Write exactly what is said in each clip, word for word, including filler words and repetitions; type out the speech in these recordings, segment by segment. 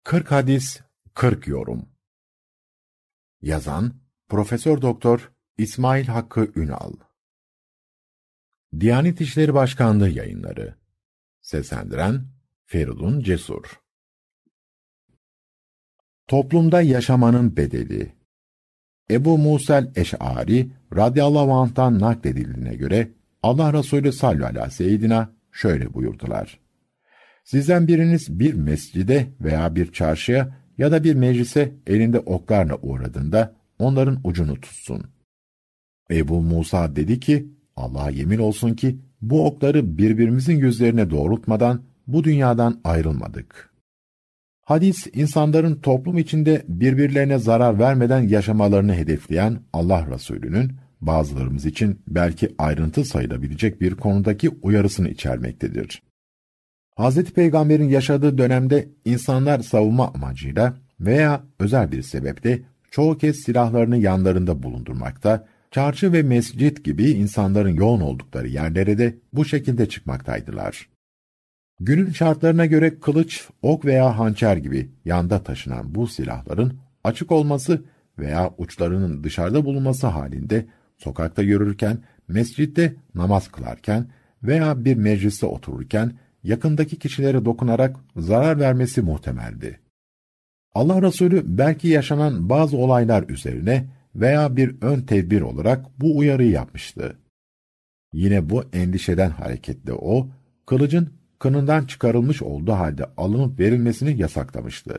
kırk hadis, kırk yorum. Yazan Profesör Doktor İsmail Hakkı Ünal. Diyanet İşleri Başkanlığı Yayınları. Seslendiren Feridun Cesur. Toplumda yaşamanın bedeli. Ebu Musel Eş'ari radıyallahu anh'tan nakledildiğine göre Allah Resulü sallallahu aleyhi ve seyyidina şöyle buyurdular: Sizden biriniz bir mescide veya bir çarşıya ya da bir meclise elinde oklarla uğradığında onların ucunu tutsun. Ebu Musa dedi ki, Allah'a yemin olsun ki bu okları birbirimizin yüzlerine doğrultmadan bu dünyadan ayrılmadık. Hadis, insanların toplum içinde birbirlerine zarar vermeden yaşamalarını hedefleyen Allah Resulü'nün bazılarımız için belki ayrıntı sayılabilecek bir konudaki uyarısını içermektedir. Hazreti Peygamber'in yaşadığı dönemde insanlar savunma amacıyla veya özel bir sebeple çoğu kez silahlarını yanlarında bulundurmakta, çarşı ve mescit gibi insanların yoğun oldukları yerlere de bu şekilde çıkmaktaydılar. Günün şartlarına göre kılıç, ok veya hançer gibi yanda taşınan bu silahların açık olması veya uçlarının dışarıda bulunması halinde sokakta yürürken, mescitte namaz kılarken veya bir mecliste otururken yakındaki kişilere dokunarak zarar vermesi muhtemeldi. Allah Resulü belki yaşanan bazı olaylar üzerine veya bir ön tedbir olarak bu uyarıyı yapmıştı. Yine bu endişeden hareketle o, kılıcın kınından çıkarılmış olduğu halde alınıp verilmesini yasaklamıştı.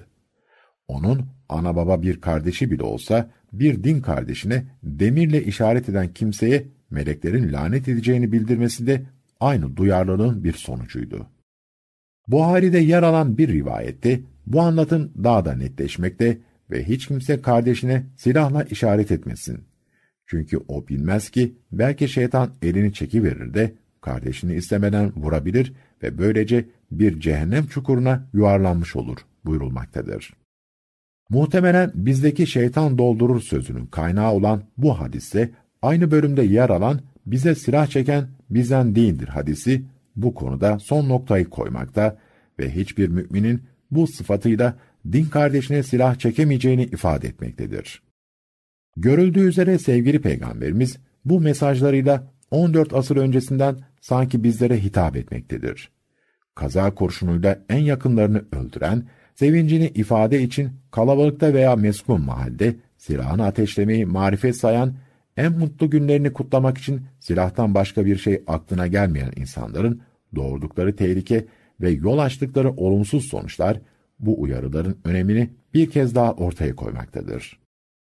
Onun ana baba bir kardeşi bile olsa bir din kardeşine demirle işaret eden kimseye meleklerin lanet edeceğini bildirmesi de aynı duyarlılığın bir sonucuydu. Buhari'de yer alan bir rivayette bu anlatım daha da netleşmekte ve hiç kimse kardeşine silahla işaret etmesin. Çünkü o bilmez ki belki şeytan elini çekiverir de kardeşini istemeden vurabilir ve böylece bir cehennem çukuruna yuvarlanmış olur buyurulmaktadır. Muhtemelen bizdeki şeytan doldurur sözünün kaynağı olan bu hadiste aynı bölümde yer alan bize silah çeken bizden değildir hadisi bu konuda son noktayı koymakta ve hiçbir müminin bu sıfatıyla din kardeşine silah çekemeyeceğini ifade etmektedir. Görüldüğü üzere sevgili Peygamberimiz bu mesajlarıyla on dört asır öncesinden sanki bizlere hitap etmektedir. Kaza kurşunuyla en yakınlarını öldüren, sevincini ifade için kalabalıkta veya meskun mahalde silahını ateşlemeyi marifet sayan, en mutlu günlerini kutlamak için silahtan başka bir şey aklına gelmeyen insanların doğurdukları tehlike ve yol açtıkları olumsuz sonuçlar bu uyarıların önemini bir kez daha ortaya koymaktadır.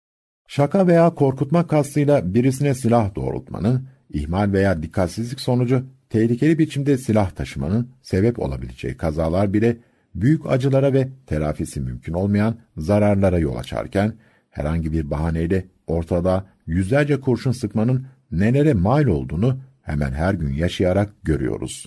Şaka veya korkutma kastıyla birisine silah doğrultmanın, ihmal veya dikkatsizlik sonucu tehlikeli biçimde silah taşımanın sebep olabileceği kazalar bile büyük acılara ve telafisi mümkün olmayan zararlara yol açarken, herhangi bir bahaneyle ortada yüzlerce kurşun sıkmanın nelere mal olduğunu hemen her gün yaşayarak görüyoruz.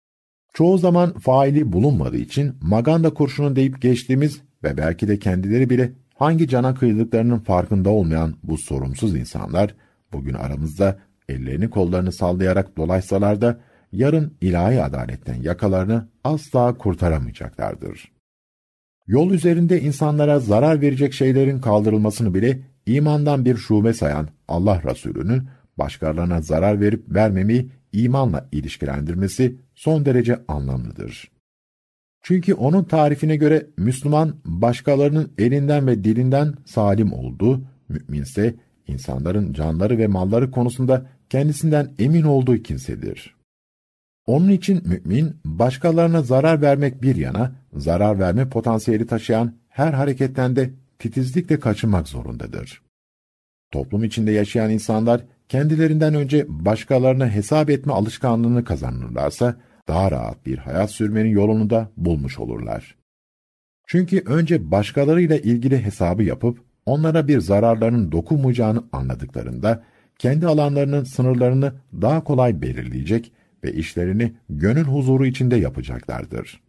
Çoğu zaman faili bulunmadığı için maganda kurşunu deyip geçtiğimiz ve belki de kendileri bile hangi cana kıydıklarının farkında olmayan bu sorumsuz insanlar, bugün aramızda ellerini kollarını sallayarak dolaşsalar da yarın ilahi adaletten yakalarını asla kurtaramayacaklardır. Yol üzerinde insanlara zarar verecek şeylerin kaldırılmasını bile imandan bir şube sayan Allah Resulü'nün başkalarına zarar verip vermemeyi imanla ilişkilendirmesi son derece anlamlıdır. Çünkü onun tarifine göre Müslüman başkalarının elinden ve dilinden salim olduğu, müminse insanların canları ve malları konusunda kendisinden emin olduğu kimsedir. Onun için mümin, başkalarına zarar vermek bir yana, zarar verme potansiyeli taşıyan her hareketten de titizlikle kaçınmak zorundadır. Toplum içinde yaşayan insanlar, kendilerinden önce başkalarına hesap etme alışkanlığını kazanırlarsa, daha rahat bir hayat sürmenin yolunu da bulmuş olurlar. Çünkü önce başkalarıyla ilgili hesabı yapıp, onlara bir zararlarının dokunmayacağını anladıklarında, kendi alanlarının sınırlarını daha kolay belirleyecek ve işlerini gönül huzuru içinde yapacaklardır.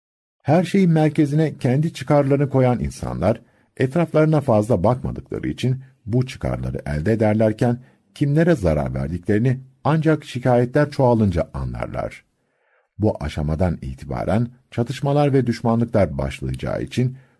Her şeyin merkezine kendi çıkarlarını koyan insanlar, etraflarına fazla bakmadıkları için bu çıkarları elde ederlerken, kimlere zarar verdiklerini ancak şikayetler çoğalınca anlarlar. Bu aşamadan itibaren çatışmalar ve düşmanlıklar başlayacağı için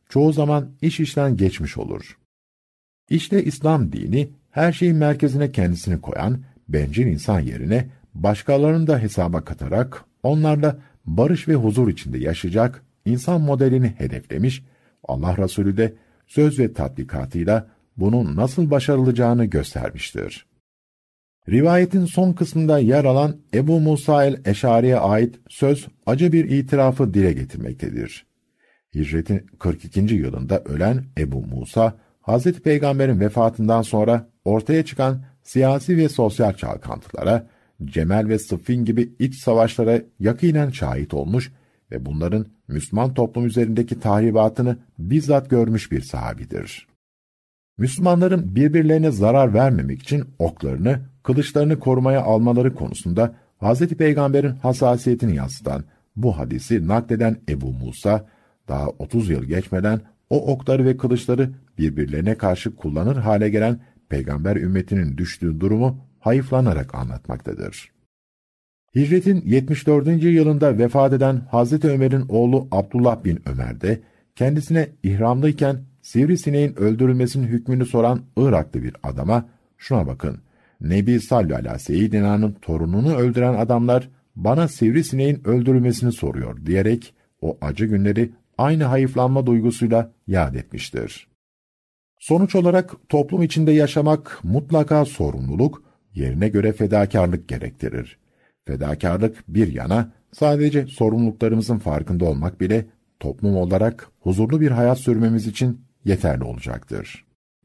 çoğu zaman iş işten geçmiş olur. İşte İslam dini, her şeyin merkezine kendisini koyan, bencil insan yerine başkalarını da hesaba katarak, onlarla barış ve huzur içinde yaşayacak insan modelini hedeflemiş, Allah Resulü de söz ve tatbikatıyla bunun nasıl başarılacağını göstermiştir. Rivayetin son kısmında yer alan Ebu Musa el-Eşari'ye ait söz acı bir itirafı dile getirmektedir. Hicretin kırk ikinci yılında ölen Ebu Musa, Hazreti Peygamber'in vefatından sonra ortaya çıkan siyasi ve sosyal çalkantılara, Cemel ve Sıffin gibi iç savaşlara yakinen şahit olmuş ve bunların Müslüman toplum üzerindeki tahribatını bizzat görmüş bir sahabidir. Müslümanların birbirlerine zarar vermemek için oklarını, kılıçlarını korumaya almaları konusunda Hazreti Peygamber'in hassasiyetini yansıtan bu hadisi nakleden Ebu Musa, daha otuz yıl geçmeden o okları ve kılıçları birbirlerine karşı kullanır hale gelen Peygamber ümmetinin düştüğü durumu hayıflanarak anlatmaktadır. Hicretin yetmiş dördüncü yılında vefat eden Hazreti Ömer'in oğlu Abdullah bin Ömer de kendisine ihramlıyken sivrisineğin öldürülmesinin hükmünü soran Iraklı bir adama, "Şuna bakın, Nebi sallallahu aleyhi ve seyyidina'nın torununu öldüren adamlar bana sivrisineğin öldürülmesini soruyor" diyerek o acı günleri aynı hayıflanma duygusuyla yad etmiştir. Sonuç olarak toplum içinde yaşamak mutlaka sorumluluk, yerine göre fedakarlık gerektirir. Fedakarlık bir yana, sadece sorumluluklarımızın farkında olmak bile toplum olarak huzurlu bir hayat sürmemiz için yeterli olacaktır.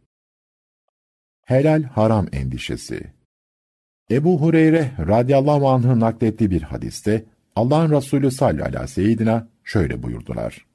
Helal haram endişesi. Ebu Hureyre radıyallahu anh'ın naklettiği bir hadiste Allah'ın Resulü sallallahu aleyhi ve seyyidina şöyle buyurdular: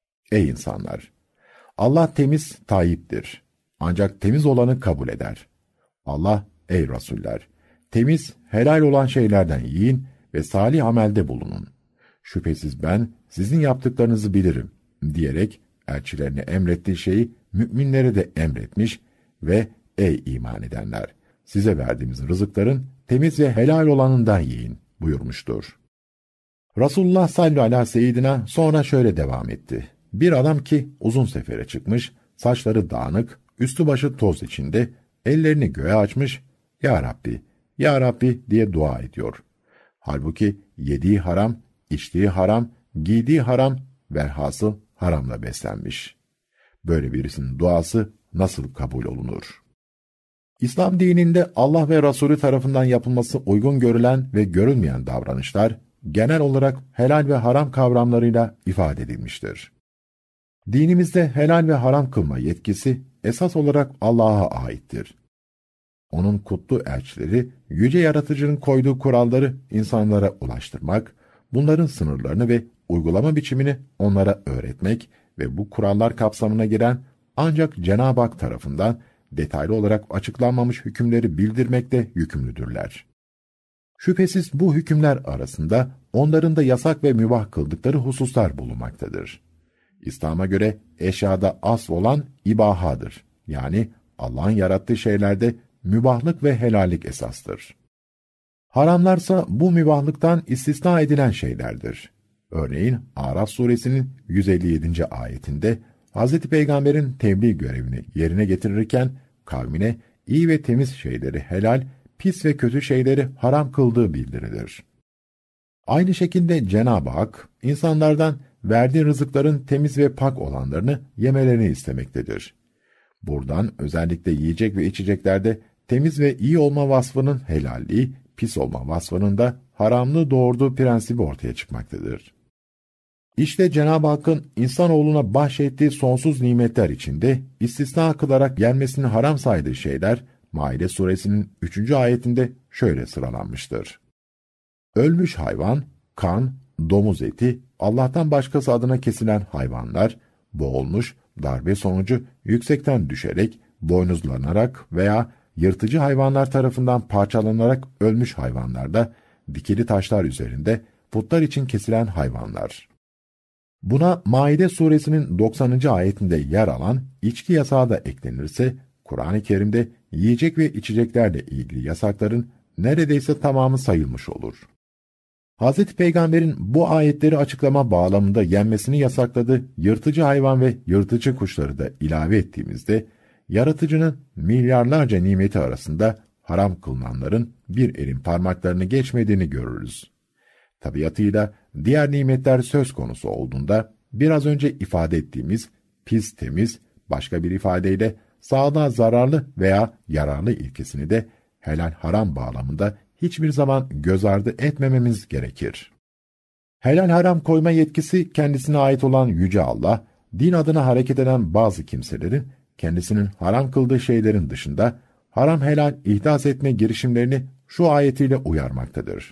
Ey insanlar! Allah temiz, tayyiptir. Ancak temiz olanı kabul eder. Allah, ey Resuller! Temiz, helal olan şeylerden yiyin ve salih amelde bulunun. Şüphesiz ben sizin yaptıklarınızı bilirim diyerek elçilerine emrettiği şeyi müminlere de emretmiş ve ey iman edenler! Size verdiğimiz rızıkların temiz ve helal olanından yiyin buyurmuştur. Resulullah sallallahu aleyhi ve seyyidina sonra şöyle devam etti. Bir adam ki uzun sefere çıkmış, saçları dağınık, üstü başı toz içinde, ellerini göğe açmış, Ya Rabbi, Ya Rabbi diye dua ediyor. Halbuki yediği haram, içtiği haram, giydiği haram, velhasıl haramla beslenmiş. Böyle birisinin duası nasıl kabul olunur? İslam dininde Allah ve Resulü tarafından yapılması uygun görülen ve görülmeyen davranışlar, genel olarak helal ve haram kavramlarıyla ifade edilmiştir. Dinimizde helal ve haram kılma yetkisi esas olarak Allah'a aittir. Onun kutlu elçileri, yüce yaratıcının koyduğu kuralları insanlara ulaştırmak, bunların sınırlarını ve uygulama biçimini onlara öğretmek ve bu kurallar kapsamına giren ancak Cenab-ı Hak tarafından detaylı olarak açıklanmamış hükümleri bildirmekte yükümlüdürler. Şüphesiz bu hükümler arasında onların da yasak ve mübah kıldıkları hususlar bulunmaktadır. İslam'a göre eşyada asıl olan ibahadır. Yani Allah'ın yarattığı şeylerde mübahlık ve helallik esastır. Haramlarsa bu mübahlıktan istisna edilen şeylerdir. Örneğin Araf suresinin yüz elli yedinci ayetinde Hazreti Peygamber'in tebliğ görevini yerine getirirken kavmine iyi ve temiz şeyleri helal, pis ve kötü şeyleri haram kıldığı bildirilir. Aynı şekilde Cenab-ı Hak insanlardan verdiği rızıkların temiz ve pak olanlarını yemelerini istemektedir. Buradan özellikle yiyecek ve içeceklerde temiz ve iyi olma vasfının helalliği, pis olma vasfının da haramlığı doğurduğu prensibi ortaya çıkmaktadır. İşte Cenab-ı Hakk'ın insanoğluna bahşettiği sonsuz nimetler içinde istisna kılarak yenmesini haram saydığı şeyler, Maide suresinin üçüncü ayetinde şöyle sıralanmıştır. Ölmüş hayvan, kan, domuz eti, Allah'tan başkası adına kesilen hayvanlar, boğulmuş, darbe sonucu yüksekten düşerek, boynuzlanarak veya yırtıcı hayvanlar tarafından parçalanarak ölmüş hayvanlarda, dikili taşlar üzerinde putlar için kesilen hayvanlar. Buna Maide suresinin doksanıncı ayetinde yer alan içki yasağı da eklenirse, Kur'an-ı Kerim'de yiyecek ve içeceklerle ilgili yasakların neredeyse tamamı sayılmış olur. Hazreti Peygamber'in bu ayetleri açıklama bağlamında yenmesini yasakladığı yırtıcı hayvan ve yırtıcı kuşları da ilave ettiğimizde, yaratıcının milyarlarca nimeti arasında haram kılınanların bir elin parmaklarını geçmediğini görürüz. Tabiatıyla diğer nimetler söz konusu olduğunda, biraz önce ifade ettiğimiz pis temiz, başka bir ifadeyle sağlığa zararlı veya yararlı ilkesini de helal haram bağlamında hiçbir zaman göz ardı etmememiz gerekir. Helal haram koyma yetkisi kendisine ait olan Yüce Allah, din adına hareket eden bazı kimselerin kendisinin haram kıldığı şeylerin dışında haram helal ihdas etme girişimlerini şu ayetiyle uyarmaktadır.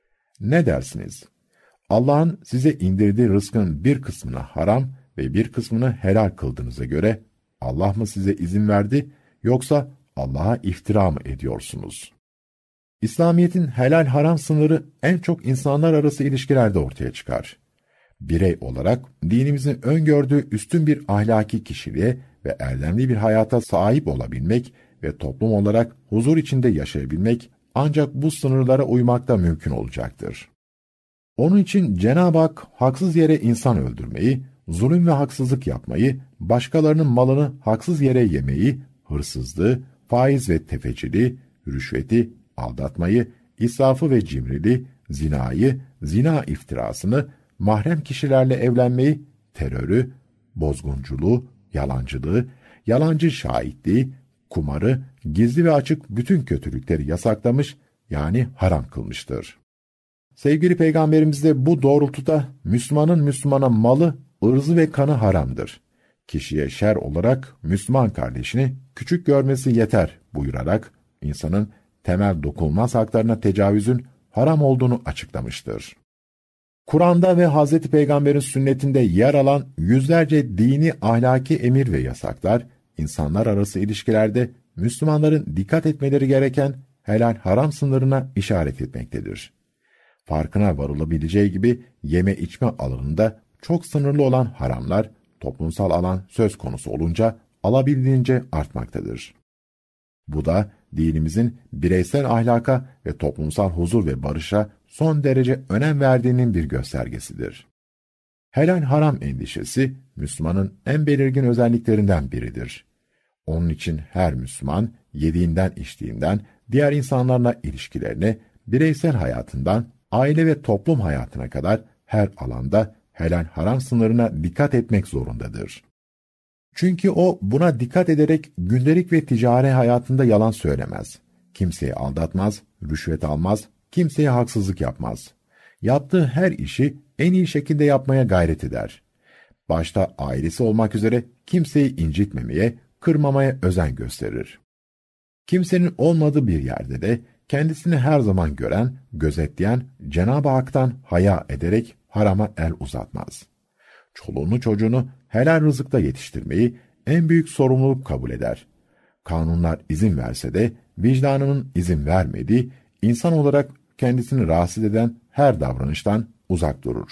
Ne dersiniz? Allah'ın size indirdiği rızkın bir kısmını haram ve bir kısmını helal kıldığınıza göre Allah mı size izin verdi, yoksa Allah'a iftira mı ediyorsunuz? İslamiyet'in helal haram sınırı en çok insanlar arası ilişkilerde ortaya çıkar. Birey olarak dinimizin öngördüğü üstün bir ahlaki kişiliğe ve erdemli bir hayata sahip olabilmek ve toplum olarak huzur içinde yaşayabilmek ancak bu sınırlara uymakta mümkün olacaktır. Onun için Cenab-ı Hak haksız yere insan öldürmeyi, zulüm ve haksızlık yapmayı, başkalarının malını haksız yere yemeyi, hırsızlığı, faiz ve tefeciliği, rüşveti, aldatmayı, israfı ve cimriliği, zinayı, zina iftirasını, mahrem kişilerle evlenmeyi, terörü, bozgunculuğu, yalancılığı, yalancı şahitliği, kumarı, gizli ve açık bütün kötülükleri yasaklamış, yani haram kılmıştır. Sevgili Peygamberimiz de bu doğrultuda Müslümanın Müslümana malı, ırzı ve kanı haramdır. Kişiye şer olarak Müslüman kardeşini küçük görmesi yeter buyurarak insanın temel dokunulmaz haklarına tecavüzün haram olduğunu açıklamıştır. Kur'an'da ve Hazreti Peygamber'in sünnetinde yer alan yüzlerce dini ahlaki emir ve yasaklar, insanlar arası ilişkilerde Müslümanların dikkat etmeleri gereken helal haram sınırına işaret etmektedir. Farkına varılabileceği gibi yeme içme alanında çok sınırlı olan haramlar, toplumsal alan söz konusu olunca alabildiğince artmaktadır. Bu da dinimizin bireysel ahlaka ve toplumsal huzur ve barışa son derece önem verdiğinin bir göstergesidir. Helal haram endişesi, Müslümanın en belirgin özelliklerinden biridir. Onun için her Müslüman, yediğinden içtiğinden, diğer insanlarla ilişkilerine, bireysel hayatından, aile ve toplum hayatına kadar her alanda helal haram sınırına dikkat etmek zorundadır. Çünkü o buna dikkat ederek gündelik ve ticari hayatında yalan söylemez. Kimseyi aldatmaz, rüşvet almaz, kimseye haksızlık yapmaz. Yaptığı her işi en iyi şekilde yapmaya gayret eder. Başta ailesi olmak üzere kimseyi incitmemeye, kırmamaya özen gösterir. Kimsenin olmadığı bir yerde de kendisini her zaman gören, gözetleyen Cenab-ı Hak'tan haya ederek harama el uzatmaz. Çoluğunu çocuğunu helal rızıkta yetiştirmeyi en büyük sorumluluk kabul eder. Kanunlar izin verse de vicdanının izin vermediği, insan olarak kendisini rahatsız eden her davranıştan uzak durur.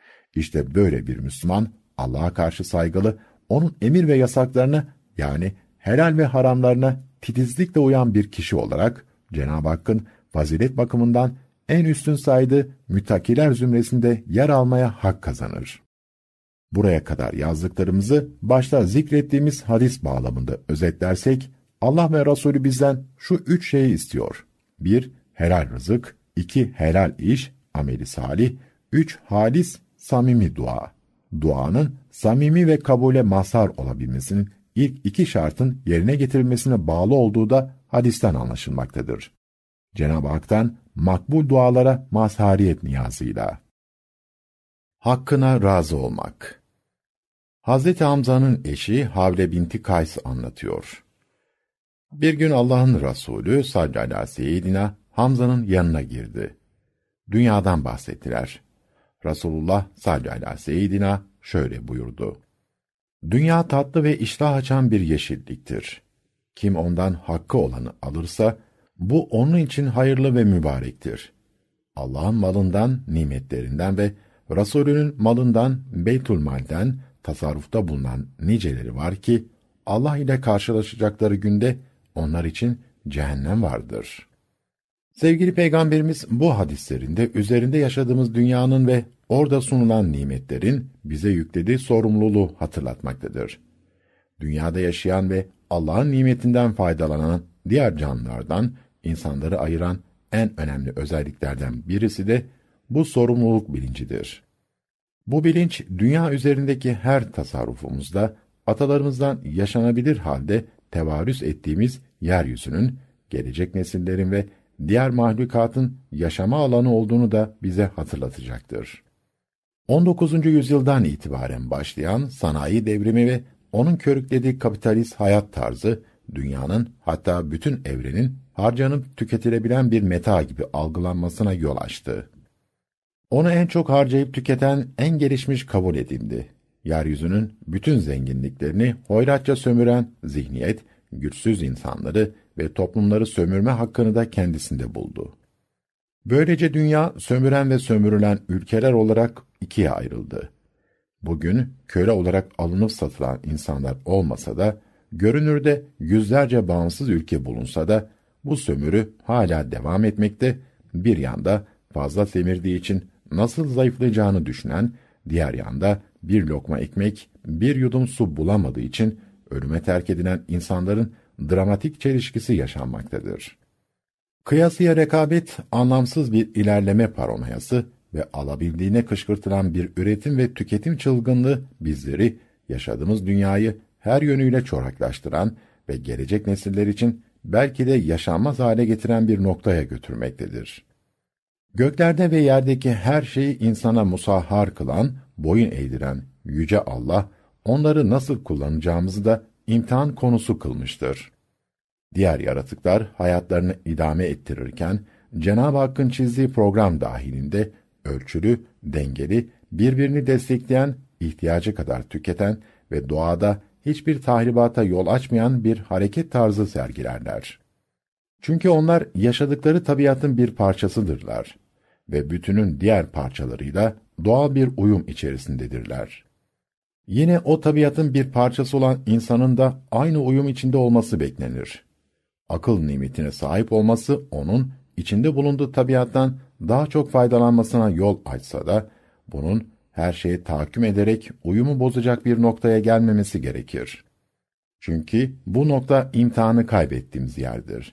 İşte böyle bir Müslüman, Allah'a karşı saygılı, onun emir ve yasaklarına, yani helal ve haramlarına titizlikle uyan bir kişi olarak Cenab-ı Hakk'ın fazilet bakımından en üstün saydığı müttakiler zümresinde yer almaya hak kazanır. Buraya kadar yazdıklarımızı başta zikrettiğimiz hadis bağlamında özetlersek, Allah ve Resulü bizden şu üç şeyi istiyor. bir Helal rızık, iki Helal iş, ameli salih, üç Halis, samimi dua. Duanın samimi ve kabule mazhar olabilmesinin ilk iki şartın yerine getirilmesine bağlı olduğu da hadisten anlaşılmaktadır. Cenab-ı Hak'tan makbul dualara mazhariyet niyazıyla. Hakkına razı olmak. Hazreti Hamza'nın eşi Havle binti Kays anlatıyor. Bir gün Allah'ın Resulü sallallahu aleyhi ve seyyidina Hamza'nın yanına girdi. Dünyadan bahsettiler. Resulullah sallallahu aleyhi ve seyyidina şöyle buyurdu. Dünya tatlı ve iştah açan bir yeşilliktir. Kim ondan hakkı olanı alırsa, bu onun için hayırlı ve mübarektir. Allah'ın malından, nimetlerinden ve Resulünün malından, Beytülmal'den, tasarrufta bulunan niceleri var ki, Allah ile karşılaşacakları günde onlar için cehennem vardır. Sevgili Peygamberimiz bu hadislerinde üzerinde yaşadığımız dünyanın ve orada sunulan nimetlerin bize yüklediği sorumluluğu hatırlatmaktadır. Dünyada yaşayan ve Allah'ın nimetinden faydalanan diğer canlılardan insanları ayıran en önemli özelliklerden birisi de bu sorumluluk bilincidir. Bu bilinç, dünya üzerindeki her tasarrufumuzda, atalarımızdan yaşanabilir halde tevarüs ettiğimiz yeryüzünün, gelecek nesillerin ve diğer mahlukatın yaşama alanı olduğunu da bize hatırlatacaktır. on dokuzuncu yüzyıldan itibaren başlayan sanayi devrimi ve onun körüklediği kapitalist hayat tarzı, dünyanın, hatta bütün evrenin harcanıp tüketilebilen bir meta gibi algılanmasına yol açtı. Onu en çok harcayıp tüketen en gelişmiş kabul edildi. Yeryüzünün bütün zenginliklerini hoyratça sömüren zihniyet, güçsüz insanları ve toplumları sömürme hakkını da kendisinde buldu. Böylece dünya, sömüren ve sömürülen ülkeler olarak ikiye ayrıldı. Bugün köle olarak alınıp satılan insanlar olmasa da, görünürde yüzlerce bağımsız ülke bulunsa da, bu sömürü hala devam etmekte, bir yanda fazla semirdiği için nasıl zayıflayacağını düşünen, diğer yanda bir lokma ekmek, bir yudum su bulamadığı için ölüme terk edilen insanların dramatik çelişkisi yaşanmaktadır. Kıyasıya rekabet, anlamsız bir ilerleme paranoyası ve alabildiğine kışkırtılan bir üretim ve tüketim çılgınlığı bizleri, yaşadığımız dünyayı her yönüyle çoraklaştıran ve gelecek nesiller için belki de yaşanmaz hale getiren bir noktaya götürmektedir. Göklerde ve yerdeki her şeyi insana musahhar kılan, boyun eğdiren Yüce Allah, onları nasıl kullanacağımızı da imtihan konusu kılmıştır. Diğer yaratıklar hayatlarını idame ettirirken, Cenab-ı Hakk'ın çizdiği program dahilinde ölçülü, dengeli, birbirini destekleyen, ihtiyacı kadar tüketen ve doğada hiçbir tahribata yol açmayan bir hareket tarzı sergilerler. Çünkü onlar yaşadıkları tabiatın bir parçasıdırlar ve bütünün diğer parçalarıyla doğal bir uyum içerisindedirler. Yine o tabiatın bir parçası olan insanın da aynı uyum içinde olması beklenir. Akıl nimetine sahip olması onun içinde bulunduğu tabiattan daha çok faydalanmasına yol açsa da, bunun her şeye tahakküm ederek uyumu bozacak bir noktaya gelmemesi gerekir. Çünkü bu nokta imtihanı kaybettiğimiz yerdir.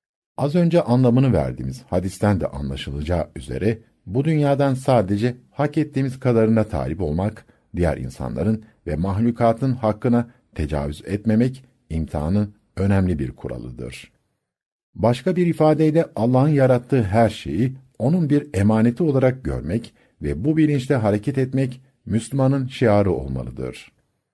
Az önce anlamını verdiğimiz hadisten de anlaşılacağı üzere, bu dünyadan sadece hak ettiğimiz kadarına talip olmak, diğer insanların ve mahlukatın hakkına tecavüz etmemek, imtihanın önemli bir kuralıdır. Başka bir ifadeyle Allah'ın yarattığı her şeyi onun bir emaneti olarak görmek ve bu bilinçle hareket etmek Müslümanın şiarı olmalıdır.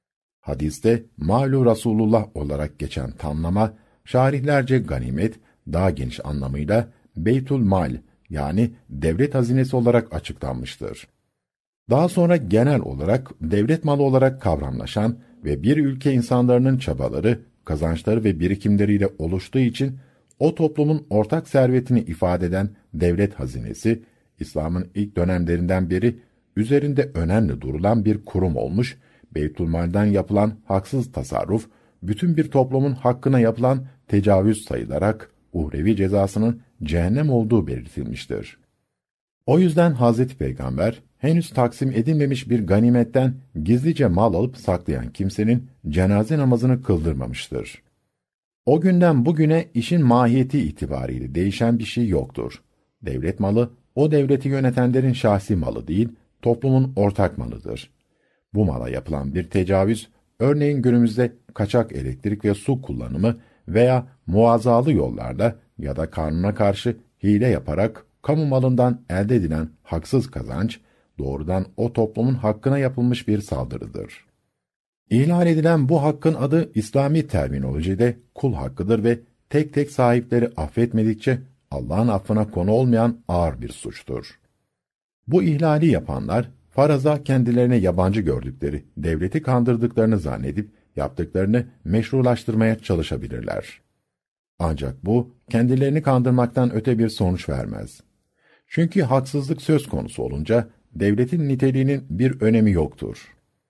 Hadiste malu Resulullah olarak geçen tamlama, şarihlerce ganimet, daha geniş anlamıyla Beytül Mal, yani devlet hazinesi olarak açıklanmıştır. Daha sonra genel olarak devlet malı olarak kavramlaşan ve bir ülke insanlarının çabaları, kazançları ve birikimleriyle oluştuğu için o toplumun ortak servetini ifade eden devlet hazinesi, İslam'ın ilk dönemlerinden beri üzerinde önemli durulan bir kurum olmuş, Beytülmal'den yapılan haksız tasarruf, bütün bir toplumun hakkına yapılan tecavüz sayılarak uhrevi cezasının cehennem olduğu belirtilmiştir. O yüzden Hazreti Peygamber, henüz taksim edilmemiş bir ganimetten gizlice mal alıp saklayan kimsenin cenaze namazını kıldırmamıştır. O günden bugüne işin mahiyeti itibariyle değişen bir şey yoktur. Devlet malı, o devleti yönetenlerin şahsi malı değil, toplumun ortak malıdır. Bu mala yapılan bir tecavüz, örneğin günümüzde kaçak elektrik ve su kullanımı veya muazzalı yollarla ya da kanuna karşı hile yaparak kamu malından elde edilen haksız kazanç, doğrudan o toplumun hakkına yapılmış bir saldırıdır. İhlal edilen bu hakkın adı İslami terminolojide kul hakkıdır ve tek tek sahipleri affetmedikçe Allah'ın affına konu olmayan ağır bir suçtur. Bu ihlali yapanlar, faraza kendilerine yabancı gördükleri, devleti kandırdıklarını zannedip yaptıklarını meşrulaştırmaya çalışabilirler. Ancak bu, kendilerini kandırmaktan öte bir sonuç vermez. Çünkü haksızlık söz konusu olunca, devletin niteliğinin bir önemi yoktur.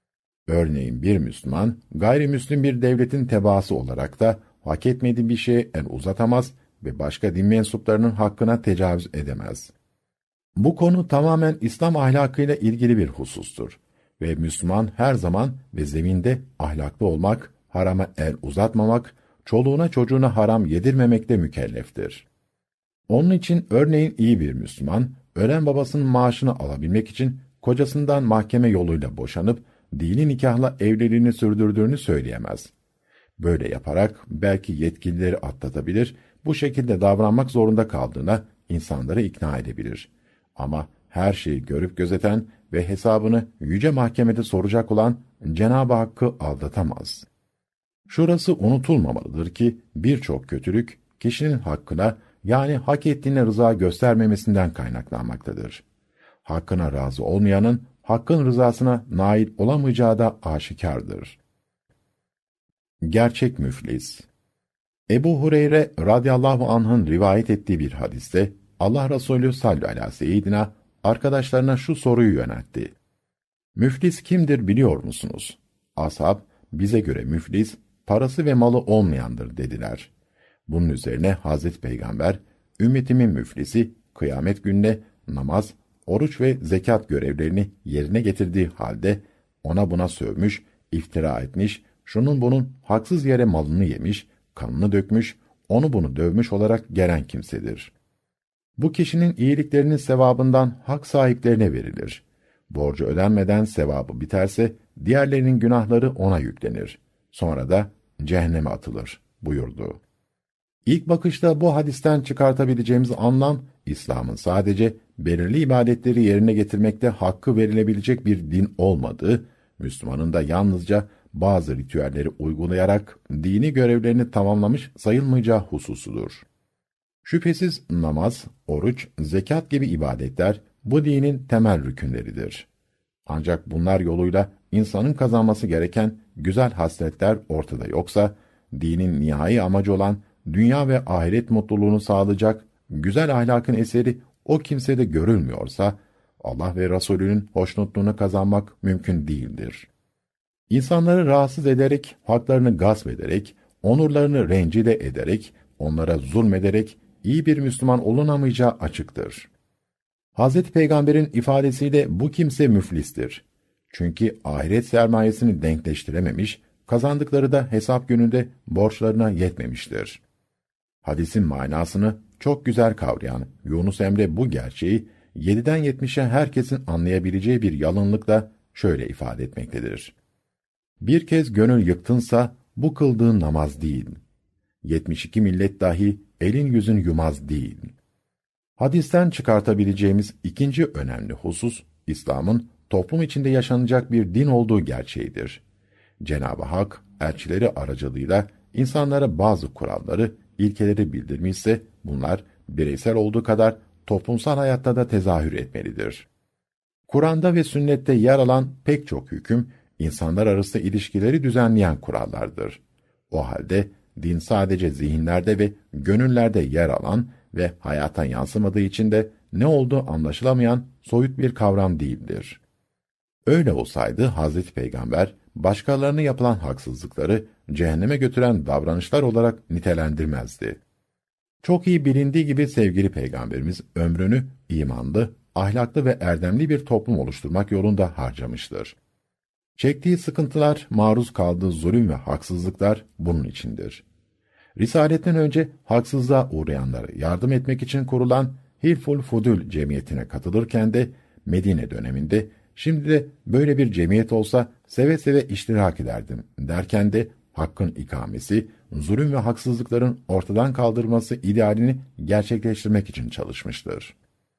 Örneğin bir Müslüman, gayrimüslim bir devletin tebaası olarak da hak etmediği bir şeye el uzatamaz ve başka din mensuplarının hakkına tecavüz edemez. Bu konu tamamen İslam ahlakıyla ilgili bir husustur ve Müslüman her zaman ve zeminde ahlaklı olmak, harama el uzatmamak, çoluğuna çocuğuna haram yedirmemekle mükelleftir. Onun için örneğin iyi bir Müslüman, ölen babasının maaşını alabilmek için kocasından mahkeme yoluyla boşanıp dini nikahla evliliğini sürdürdüğünü söyleyemez. Böyle yaparak belki yetkilileri atlatabilir, bu şekilde davranmak zorunda kaldığına insanları ikna edebilir. Ama her şeyi görüp gözeten ve hesabını yüce mahkemede soracak olan Cenab-ı Hakk'ı aldatamaz. Şurası unutulmamalıdır ki birçok kötülük kişinin hakkına, yani hak ettiğine rıza göstermemesinden kaynaklanmaktadır. Hakkına razı olmayanın hakkın rızasına nail olamayacağı da aşikardır. Gerçek müflis. Ebu Hureyre radıyallahu anh'ın rivayet ettiği bir hadiste Allah Resulü sallallahu aleyhi ve seyyidina arkadaşlarına şu soruyu yöneltti: Müflis kimdir biliyor musunuz? Ashab, bize göre müflis parası ve malı olmayandır dediler. Bunun üzerine Hazreti Peygamber, ümmetimin müflisi kıyamet gününe namaz, oruç ve zekat görevlerini yerine getirdiği halde ona buna sövmüş, iftira etmiş, şunun bunun haksız yere malını yemiş, kanını dökmüş, onu bunu dövmüş olarak gelen kimsedir. Bu kişinin iyiliklerinin sevabından hak sahiplerine verilir. Borcu ödenmeden sevabı biterse diğerlerinin günahları ona yüklenir. Sonra da cehenneme atılır buyurdu. İlk bakışta bu hadisten çıkartabileceğimiz anlam, İslam'ın sadece belirli ibadetleri yerine getirmekte hakkı verilebilecek bir din olmadığı, Müslümanın da yalnızca bazı ritüelleri uygulayarak dini görevlerini tamamlamış sayılmayacağı hususudur. Şüphesiz namaz, oruç, zekat gibi ibadetler bu dinin temel rükünleridir. Ancak bunlar yoluyla insanın kazanması gereken güzel hasletler ortada yoksa, dinin nihai amacı olan dünya ve ahiret mutluluğunu sağlayacak güzel ahlakın eseri o kimsede görülmüyorsa, Allah ve Resulünün hoşnutluğunu kazanmak mümkün değildir. İnsanları rahatsız ederek, haklarını gasp ederek, onurlarını rencide ederek, onlara zulmederek iyi bir Müslüman olunamayacağı açıktır. Hazreti Peygamber'in ifadesiyle bu kimse müflistir. Çünkü ahiret sermayesini denkleştirememiş, kazandıkları da hesap gününde borçlarına yetmemiştir. Hadisin manasını çok güzel kavrayan Yunus Emre bu gerçeği yediden yetmişe herkesin anlayabileceği bir yalınlıkla şöyle ifade etmektedir: Bir kez gönül yıktınsa bu kıldığın namaz değil. Yetmiş iki millet dahi elin yüzün yumaz değil. Hadisten çıkartabileceğimiz ikinci önemli husus, İslam'ın toplum içinde yaşanacak bir din olduğu gerçeğidir. Cenab-ı Hak, elçileri aracılığıyla insanlara bazı kuralları, ilkeleri bildirmişse, bunlar bireysel olduğu kadar toplumsal hayatta da tezahür etmelidir. Kur'an'da ve sünnette yer alan pek çok hüküm, insanlar arası ilişkileri düzenleyen kurallardır. O halde, din sadece zihinlerde ve gönüllerde yer alan ve hayata yansımadığı için de ne olduğu anlaşılamayan soyut bir kavram değildir. Öyle olsaydı Hazreti Peygamber, başkalarına yapılan haksızlıkları cehenneme götüren davranışlar olarak nitelendirmezdi. Çok iyi bilindiği gibi sevgili Peygamberimiz ömrünü imanlı, ahlaklı ve erdemli bir toplum oluşturmak yolunda harcamıştır. Çektiği sıkıntılar, maruz kaldığı zulüm ve haksızlıklar bunun içindir. Risaletten önce haksızlığa uğrayanlara yardım etmek için kurulan Hilful Fudul cemiyetine katılırken de Medine döneminde, şimdi de böyle bir cemiyet olsa seve seve iştirak ederdim derken de hakkın ikamesi, zulüm ve haksızlıkların ortadan kaldırılması idealini gerçekleştirmek için çalışmıştır.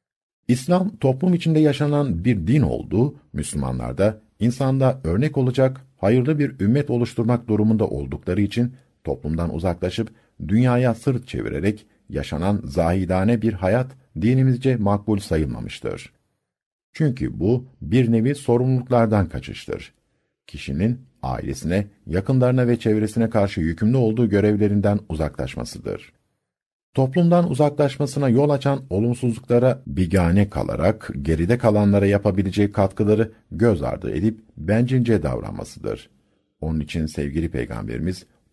İslam, toplum içinde yaşanan bir din olduğu, Müslümanlarda, insanda örnek olacak hayırlı bir ümmet oluşturmak durumunda oldukları için, toplumdan uzaklaşıp, dünyaya sırt çevirerek yaşanan zahidane bir hayat, dinimizce makbul sayılmamıştır. Çünkü bu, bir nevi sorumluluklardan kaçıştır. Kişinin, ailesine, yakınlarına ve çevresine karşı yükümlü olduğu görevlerinden uzaklaşmasıdır. Toplumdan uzaklaşmasına yol açan olumsuzluklara bigane kalarak, geride kalanlara yapabileceği katkıları göz ardı edip bencilce davranmasıdır. Onun için sevgili Peygamberimiz,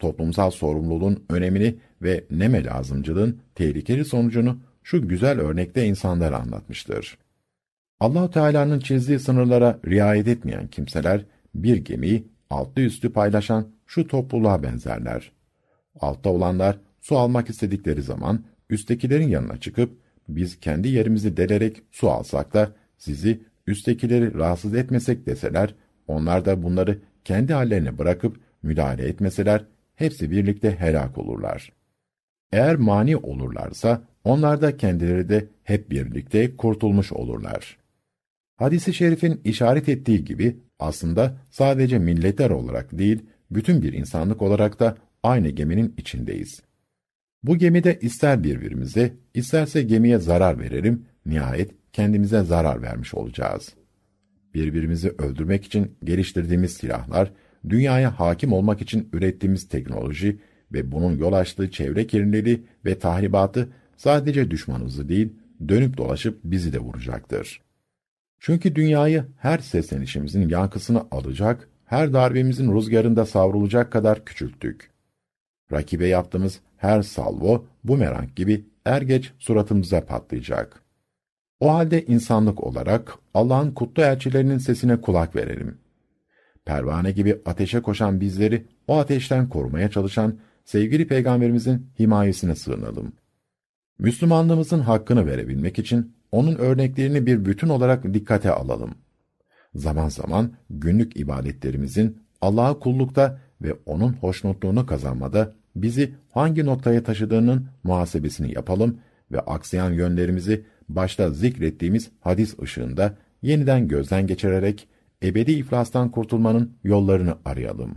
toplumsal sorumluluğun önemini ve neme lazımcılığın tehlikeli sonucunu şu güzel örnekte insanlara anlatmıştır. Allah-u Teala'nın çizdiği sınırlara riayet etmeyen kimseler bir gemiyi altlı üstü paylaşan şu topluluğa benzerler. Altta olanlar su almak istedikleri zaman üsttekilerin yanına çıkıp biz kendi yerimizi delerek su alsak da sizi üsttekileri rahatsız etmesek deseler, onlar da bunları kendi hallerine bırakıp müdahale etmeseler hepsi birlikte helak olurlar. Eğer mani olurlarsa onlar da kendileri de hep birlikte kurtulmuş olurlar. Hadis-i şerifin işaret ettiği gibi aslında sadece milletler olarak değil, bütün bir insanlık olarak da aynı geminin içindeyiz. Bu gemide ister birbirimize, isterse gemiye zarar verelim, nihayet kendimize zarar vermiş olacağız. Birbirimizi öldürmek için geliştirdiğimiz silahlar, dünyaya hakim olmak için ürettiğimiz teknoloji ve bunun yol açtığı çevre kirliliği ve tahribatı sadece düşmanımızı değil, dönüp dolaşıp bizi de vuracaktır. Çünkü dünyayı her seslenişimizin yankısını alacak, her darbemizin rüzgarında savrulacak kadar küçülttük. Rakibe yaptığımız her salvo, bumerang gibi er geç suratımıza patlayacak. O halde insanlık olarak Allah'ın kutlu elçilerinin sesine kulak verelim. Pervane gibi ateşe koşan bizleri o ateşten korumaya çalışan sevgili Peygamberimizin himayesine sığınalım. Müslümanlığımızın hakkını verebilmek için onun örneklerini bir bütün olarak dikkate alalım. Zaman zaman günlük ibadetlerimizin Allah'a kullukta ve onun hoşnutluğunu kazanmada bizi hangi noktaya taşıdığının muhasebesini yapalım ve aksayan yönlerimizi başta zikrettiğimiz hadis ışığında yeniden gözden geçirerek ebedi iflastan kurtulmanın yollarını arayalım.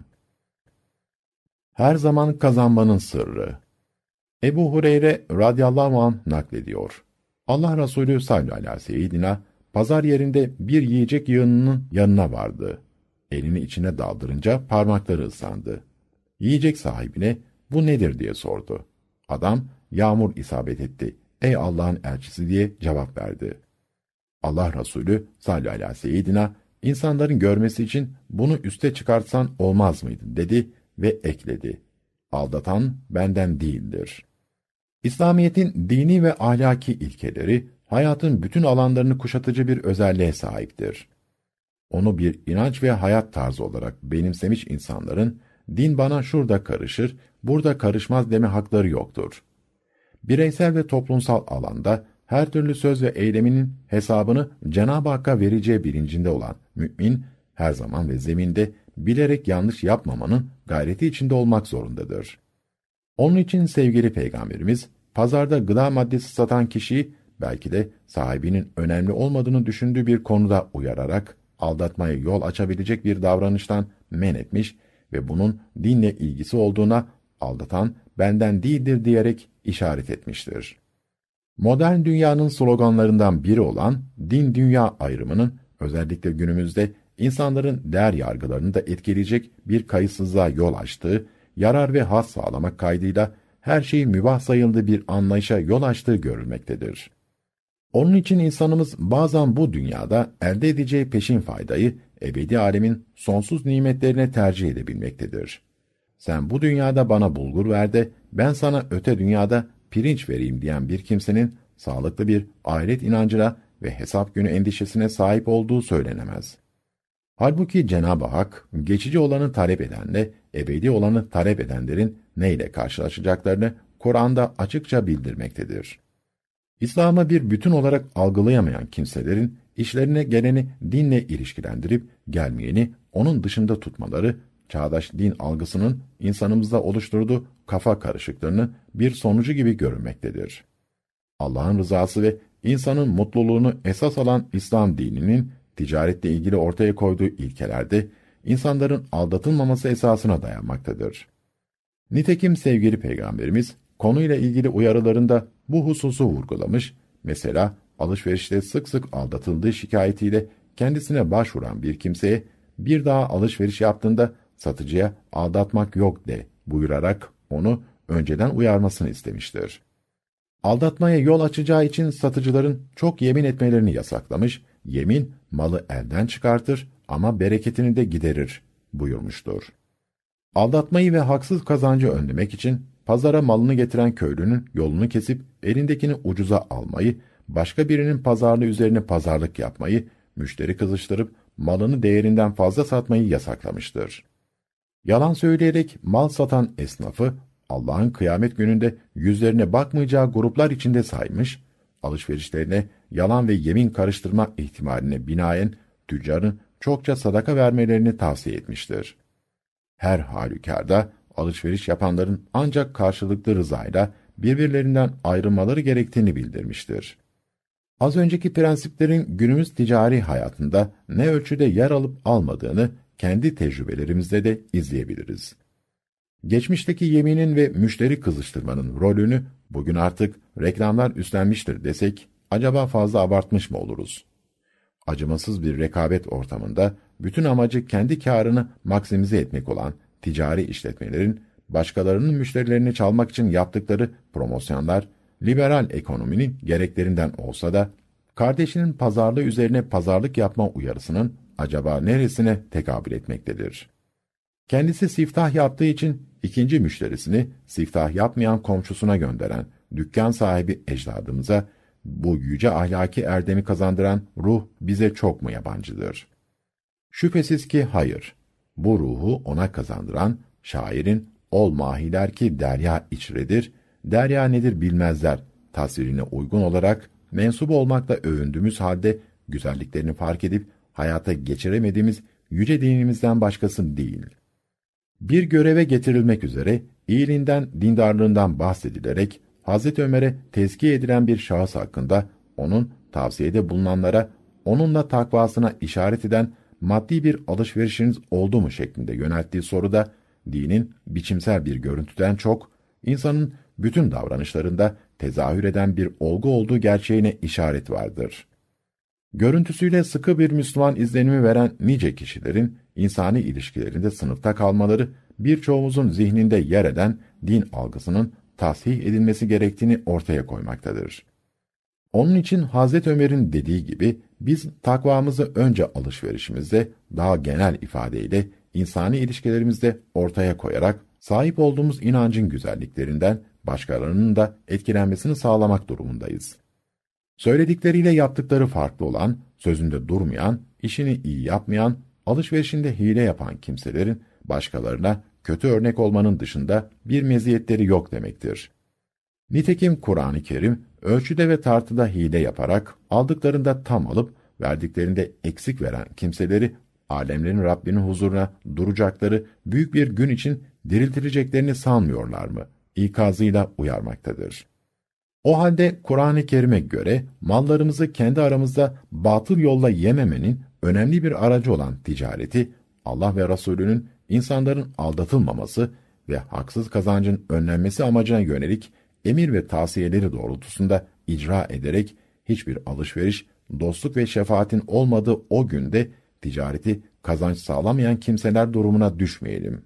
Her zaman kazanmanın sırrı. Ebu Hureyre radıyallahu anh naklediyor. Allah Resulü sallallahu aleyhi ve seyyidina pazar yerinde bir yiyecek yığınının yanına vardı. Elini içine daldırınca parmakları ıslandı. Yiyecek sahibine bu nedir diye sordu. Adam yağmur isabet etti. Ey Allah'ın elçisi diye cevap verdi. Allah Resulü sallallahu aleyhi ve seyyidina insanların görmesi için bunu üste çıkartsan olmaz mıydı dedi ve ekledi. Aldatan benden değildir. İslamiyet'in dini ve ahlaki ilkeleri hayatın bütün alanlarını kuşatıcı bir özelliğe sahiptir. Onu bir inanç ve hayat tarzı olarak benimsemiş insanların din bana şurada karışır, burada karışmaz deme hakları yoktur. Bireysel ve toplumsal alanda her türlü söz ve eyleminin hesabını Cenab-ı Hakk'a vereceği bilincinde olan mümin, her zaman ve zeminde bilerek yanlış yapmamanın gayreti içinde olmak zorundadır. Onun için sevgili Peygamberimiz, pazarda gıda maddesi satan kişiyi, belki de sahibinin önemli olmadığını düşündüğü bir konuda uyararak, aldatmaya yol açabilecek bir davranıştan men etmiş ve bunun dinle ilgisi olduğuna, aldatan benden değildir diyerek işaret etmiştir. Modern dünyanın sloganlarından biri olan din-dünya ayrımının, özellikle günümüzde insanların değer yargılarını da etkileyecek bir kayıtsızlığa yol açtığı, yarar ve haz sağlamak kaydıyla her şeyin mübah sayıldığı bir anlayışa yol açtığı görülmektedir. Onun için insanımız bazen bu dünyada elde edeceği peşin faydayı ebedi alemin sonsuz nimetlerine tercih edebilmektedir. Sen bu dünyada bana bulgur ver de ben sana öte dünyada pirinç vereyim diyen bir kimsenin sağlıklı bir ahiret inancına ve hesap günü endişesine sahip olduğu söylenemez. Halbuki Cenab-ı Hak geçici olanı talep edenle ebedi olanı talep edenlerin neyle karşılaşacaklarını Kur'an'da açıkça bildirmektedir. İslam'ı bir bütün olarak algılayamayan kimselerin işlerine geleni dinle ilişkilendirip gelmeyeni onun dışında tutmaları, çağdaş din algısının insanımızda oluşturduğu kafa karışıklığını bir sonucu gibi görülmektedir. Allah'ın rızası ve insanın mutluluğunu esas alan İslam dininin ticaretle ilgili ortaya koyduğu ilkelerde insanların aldatılmaması esasına dayanmaktadır. Nitekim sevgili Peygamberimiz konuyla ilgili uyarılarında bu hususu vurgulamış, mesela alışverişte sık sık aldatıldığı şikayetiyle kendisine başvuran bir kimseye bir daha alışveriş yaptığında satıcıya aldatmak yok de buyurarak onu önceden uyarmasını istemiştir. Aldatmaya yol açacağı için satıcıların çok yemin etmelerini yasaklamış, yemin malı elden çıkartır ama bereketini de giderir buyurmuştur. Aldatmayı ve haksız kazancı önlemek için pazara malını getiren köylünün yolunu kesip elindekini ucuza almayı, başka birinin pazarlığı üzerine pazarlık yapmayı, müşteri kızıştırıp malını değerinden fazla satmayı yasaklamıştır. Yalan söyleyerek mal satan esnafı Allah'ın kıyamet gününde yüzlerine bakmayacağı gruplar içinde saymış, alışverişlerine yalan ve yemin karıştırma ihtimaline binaen tüccarın çokça sadaka vermelerini tavsiye etmiştir. Her halükarda alışveriş yapanların ancak karşılıklı rızayla birbirlerinden ayrılmaları gerektiğini bildirmiştir. Az önceki prensiplerin günümüz ticari hayatında ne ölçüde yer alıp almadığını kendi tecrübelerimizde de izleyebiliriz. Geçmişteki yeminin ve müşteri kızıştırmanın rolünü bugün artık reklamlar üstlenmiştir desek, acaba fazla abartmış mı oluruz? Acımasız bir rekabet ortamında bütün amacı kendi kârını maksimize etmek olan ticari işletmelerin başkalarının müşterilerini çalmak için yaptıkları promosyonlar, liberal ekonominin gereklerinden olsa da, kardeşinin pazarlığı üzerine pazarlık yapma uyarısının acaba neresine tekabül etmektedir? Kendisi siftah yaptığı için ikinci müşterisini siftah yapmayan komşusuna gönderen dükkan sahibi ecdadımıza bu yüce ahlaki erdemi kazandıran ruh bize çok mu yabancıdır? Şüphesiz ki hayır. Bu ruhu ona kazandıran şairin "Ol mahiler ki derya içredir, derya nedir bilmezler" tasvirine uygun olarak mensup olmakla övündüğümüz halde güzelliklerini fark edip hayata geçiremediğimiz yüce dinimizden başkası değil. Bir göreve getirilmek üzere iyiliğinden, dindarlığından bahsedilerek Hazreti Ömer'e tezkiye edilen bir şahıs hakkında onun tavsiyede bulunanlara onunla takvasına işaret eden maddi bir alışverişiniz oldu mu şeklinde yönelttiği soruda dinin biçimsel bir görüntüden çok insanın bütün davranışlarında tezahür eden bir olgu olduğu gerçeğine işaret vardır. Görüntüsüyle sıkı bir Müslüman izlenimi veren nice kişilerin insani ilişkilerinde sınıfta kalmaları birçoğumuzun zihninde yer eden din algısının tasih edilmesi gerektiğini ortaya koymaktadır. Onun için Hazreti Ömer'in dediği gibi biz takvamızı önce alışverişimizde, daha genel ifadeyle insani ilişkilerimizde ortaya koyarak sahip olduğumuz inancın güzelliklerinden başkalarının da etkilenmesini sağlamak durumundayız. Söyledikleriyle yaptıkları farklı olan, sözünde durmayan, işini iyi yapmayan, alışverişinde hile yapan kimselerin başkalarına kötü örnek olmanın dışında bir meziyetleri yok demektir. Nitekim Kur'an-ı Kerim, ölçüde ve tartıda hile yaparak, aldıklarında tam alıp, verdiklerinde eksik veren kimseleri, alemlerin Rabbinin huzuruna duracakları büyük bir gün için diriltileceklerini sanmıyorlar mı? İkazıyla uyarmaktadır. O halde Kur'an-ı Kerim'e göre, mallarımızı kendi aramızda batıl yolla yememenin önemli bir aracı olan ticareti, Allah ve Resulünün insanların aldatılmaması ve haksız kazancın önlenmesi amacına yönelik emir ve tavsiyeleri doğrultusunda icra ederek hiçbir alışveriş, dostluk ve şefaatin olmadığı o günde ticareti kazanç sağlamayan kimseler durumuna düşmeyelim.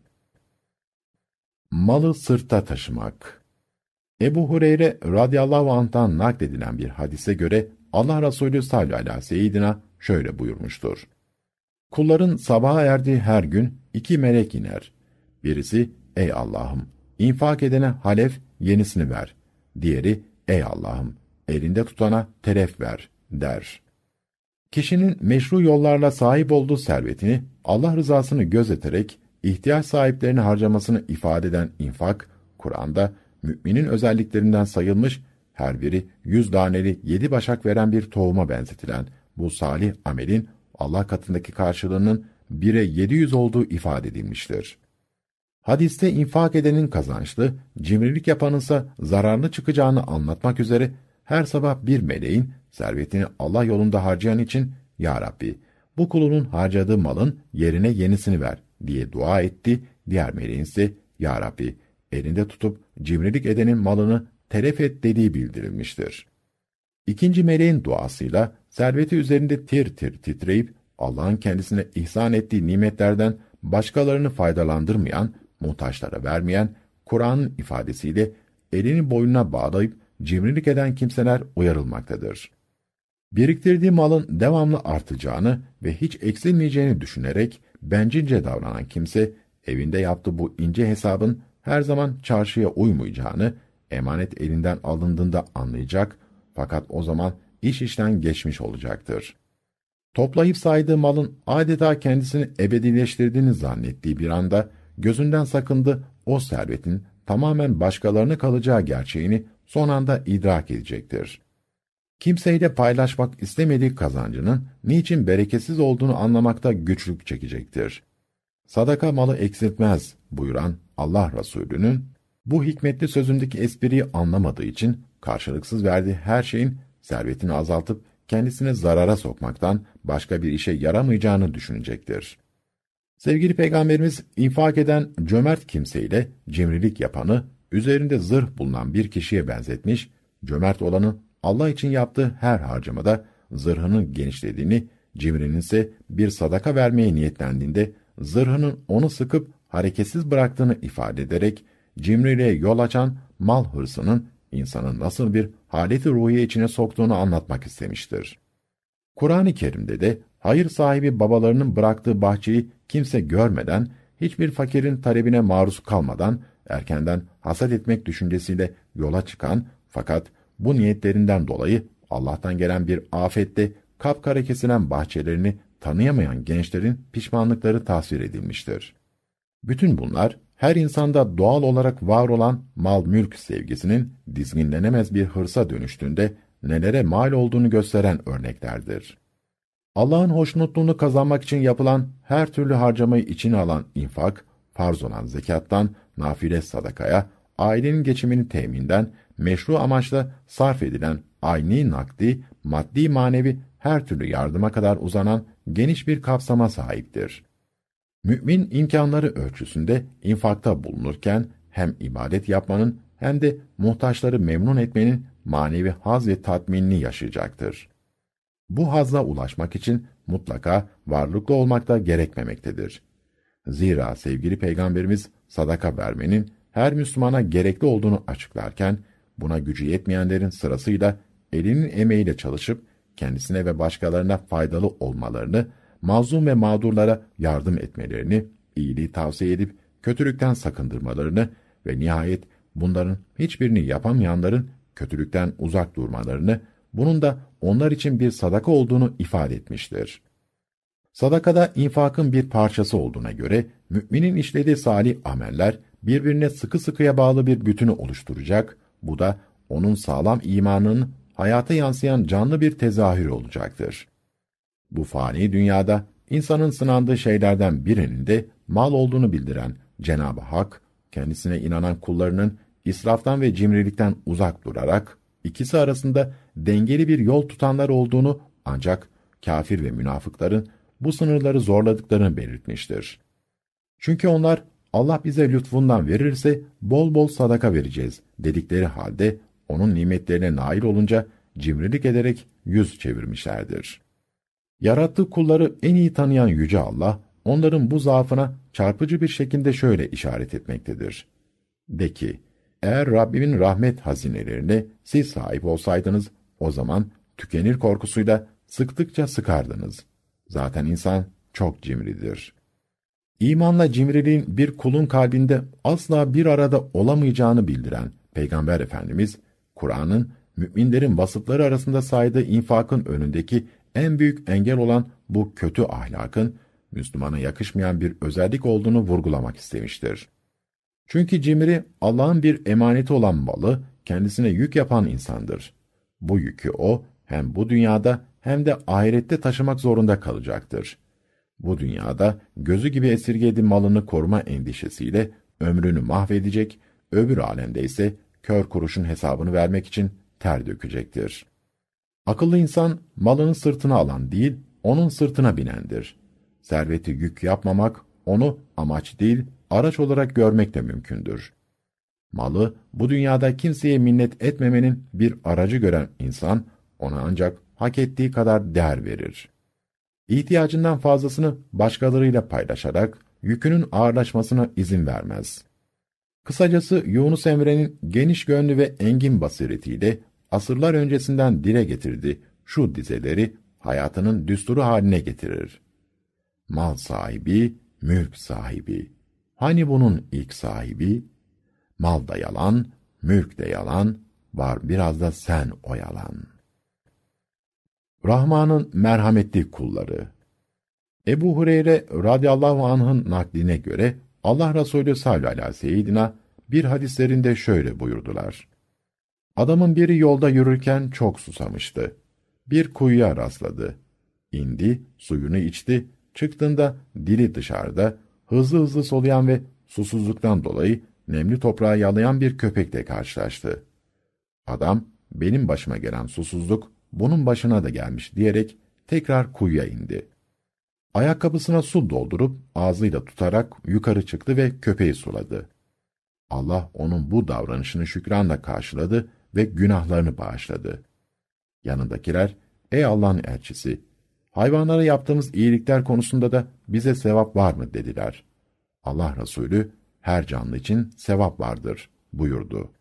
Malı sırtta taşımak. Ebu Hureyre radıyallahu anh'tan nakledilen bir hadise göre Allah Resulü sallallahu aleyhi ve seyyidina şöyle buyurmuştur. Kulların sabaha erdiği her gün iki melek iner. Birisi, ey Allah'ım, infak edene halef yenisini ver. Diğeri, ey Allah'ım, elinde tutana telef ver, der. Kişinin meşru yollarla sahip olduğu servetini Allah rızasını gözeterek ihtiyaç sahiplerine harcamasını ifade eden infak, Kur'an'da müminin özelliklerinden sayılmış, her biri yüz taneli yedi başak veren bir tohuma benzetilen bu salih amelin Allah katındaki karşılığının bire yedi yüz olduğu ifade edilmiştir. Hadiste infak edenin kazançlı, cimrilik yapanınsa zararlı çıkacağını anlatmak üzere her sabah bir meleğin servetini Allah yolunda harcayan için "Ya Rabbi, bu kulunun harcadığı malın yerine yenisini ver" diye dua etti. Diğer meleğin ise "Ya Rabbi, elinde tutup cimrilik edenin malını telef et" dediği bildirilmiştir. İkinci meleğin duasıyla serveti üzerinde tir tir titreyip Allah'ın kendisine ihsan ettiği nimetlerden başkalarını faydalandırmayan, muhtaçlara vermeyen, Kur'an'ın ifadesiyle elini boynuna bağlayıp cimrilik eden kimseler uyarılmaktadır. Biriktirdiği malın devamlı artacağını ve hiç eksilmeyeceğini düşünerek bencilce davranan kimse, evinde yaptığı bu ince hesabın her zaman çarşıya uymayacağını, emanet elinden alındığında anlayacak, fakat o zaman iş işten geçmiş olacaktır. Toplayıp saydığı malın adeta kendisini ebedileştirdiğini zannettiği bir anda, gözünden sakındı, o servetin tamamen başkalarına kalacağı gerçeğini son anda idrak edecektir. Kimseyle paylaşmak istemediği kazancının niçin bereketsiz olduğunu anlamakta güçlük çekecektir. Sadaka malı eksiltmez buyuran Allah Resulü'nün bu hikmetli sözündeki espriyi anlamadığı için karşılıksız verdiği her şeyin servetini azaltıp kendisini zarara sokmaktan başka bir işe yaramayacağını düşünecektir. Sevgili Peygamberimiz infak eden cömert kimseyle cimrilik yapanı üzerinde zırh bulunan bir kişiye benzetmiş, cömert olanın Allah için yaptığı her harcamada zırhının genişlediğini, cimrinin ise bir sadaka vermeye niyetlendiğinde zırhının onu sıkıp hareketsiz bıraktığını ifade ederek, cimriliğe yol açan mal hırsının insanın nasıl bir haleti ruhiye içine soktuğunu anlatmak istemiştir. Kur'an-ı Kerim'de de hayır sahibi babalarının bıraktığı bahçeyi kimse görmeden, hiçbir fakirin talebine maruz kalmadan, erkenden hasat etmek düşüncesiyle yola çıkan fakat bu niyetlerinden dolayı Allah'tan gelen bir afette kapkara kesilen bahçelerini tanıyamayan gençlerin pişmanlıkları tasvir edilmiştir. Bütün bunlar, her insanda doğal olarak var olan mal-mülk sevgisinin dizginlenemez bir hırsa dönüştüğünde nelere mal olduğunu gösteren örneklerdir. Allah'ın hoşnutluğunu kazanmak için yapılan her türlü harcamayı içine alan infak, farz olan zekattan nafile sadakaya, ailenin geçimini teminden, meşru amaçla sarf edilen ayni nakdi, maddi manevi her türlü yardıma kadar uzanan geniş bir kapsama sahiptir. Mümin imkanları ölçüsünde infakta bulunurken hem ibadet yapmanın hem de muhtaçları memnun etmenin manevi haz ve tatminini yaşayacaktır. Bu hazza ulaşmak için mutlaka varlıklı olmak da gerekmemektedir. Zira sevgili Peygamberimiz sadaka vermenin her Müslümana gerekli olduğunu açıklarken, buna gücü yetmeyenlerin sırasıyla elinin emeğiyle çalışıp kendisine ve başkalarına faydalı olmalarını, mazlum ve mağdurlara yardım etmelerini, iyiliği tavsiye edip kötülükten sakındırmalarını ve nihayet bunların hiçbirini yapamayanların kötülükten uzak durmalarını, bunun da onlar için bir sadaka olduğunu ifade etmiştir. Sadakada infakın bir parçası olduğuna göre, müminin işlediği salih ameller, birbirine sıkı sıkıya bağlı bir bütünü oluşturacak, bu da onun sağlam imanının hayata yansıyan canlı bir tezahürü olacaktır. Bu fani dünyada insanın sınandığı şeylerden birinin de mal olduğunu bildiren Cenab-ı Hak, kendisine inanan kullarının israftan ve cimrilikten uzak durarak, ikisi arasında dengeli bir yol tutanlar olduğunu, ancak kafir ve münafıkların bu sınırları zorladıklarını belirtmiştir. Çünkü onlar, Allah bize lütfundan verirse bol bol sadaka vereceğiz dedikleri halde, onun nimetlerine nail olunca cimrilik ederek yüz çevirmişlerdir. Yarattığı kulları en iyi tanıyan Yüce Allah, onların bu zaafına çarpıcı bir şekilde şöyle işaret etmektedir. De ki, eğer Rabbimin rahmet hazinelerine siz sahip olsaydınız, o zaman tükenir korkusuyla sıktıkça sıkardınız. Zaten insan çok cimridir. İmanla cimriliğin bir kulun kalbinde asla bir arada olamayacağını bildiren Peygamber Efendimiz, Kur'an'ın müminlerin vasıfları arasında saydığı infakın önündeki en büyük engel olan bu kötü ahlakın, Müslümana yakışmayan bir özellik olduğunu vurgulamak istemiştir. Çünkü cimri, Allah'ın bir emaneti olan malı, kendisine yük yapan insandır. Bu yükü o, hem bu dünyada hem de ahirette taşımak zorunda kalacaktır. Bu dünyada gözü gibi esirgediği malını koruma endişesiyle ömrünü mahvedecek, öbür alemde ise kör kuruşun hesabını vermek için ter dökecektir. Akıllı insan, malını sırtına alan değil, onun sırtına binendir. Serveti yük yapmamak, onu amaç değil, araç olarak görmek de mümkündür. Malı, bu dünyada kimseye minnet etmemenin bir aracı gören insan, ona ancak hak ettiği kadar değer verir. İhtiyacından fazlasını başkalarıyla paylaşarak, yükünün ağırlaşmasına izin vermez. Kısacası Yunus Emre'nin geniş gönlü ve engin basiretiyle, asırlar öncesinden dile getirdiği şu dizeleri hayatının düsturu haline getirir. Mal sahibi, mülk sahibi. Hani bunun ilk sahibi? Mal da yalan, mülk de yalan, var biraz da sen oyalan. Rahman'ın merhametli kulları. Ebu Hureyre radıyallahu anh'ın nakline göre Allah Resulü sallallahu aleyhi ve seyyidina bir hadislerinde şöyle buyurdular. Adamın biri yolda yürürken çok susamıştı. Bir kuyuya rastladı. İndi, suyunu içti, çıktığında dili dışarıda, hızlı hızlı soluyan ve susuzluktan dolayı nemli toprağı yalayan bir köpekle karşılaştı. Adam, benim başıma gelen susuzluk, bunun başına da gelmiş diyerek tekrar kuyuya indi. Ayakkabısına su doldurup ağzıyla tutarak yukarı çıktı ve köpeği suladı. Allah onun bu davranışını şükranla karşıladı ve günahlarını bağışladı. Yanındakiler, ey Allah'ın elçisi, hayvanlara yaptığımız iyilikler konusunda da bize sevap var mı dediler. Allah Resulü, her canlı için sevap vardır buyurdu.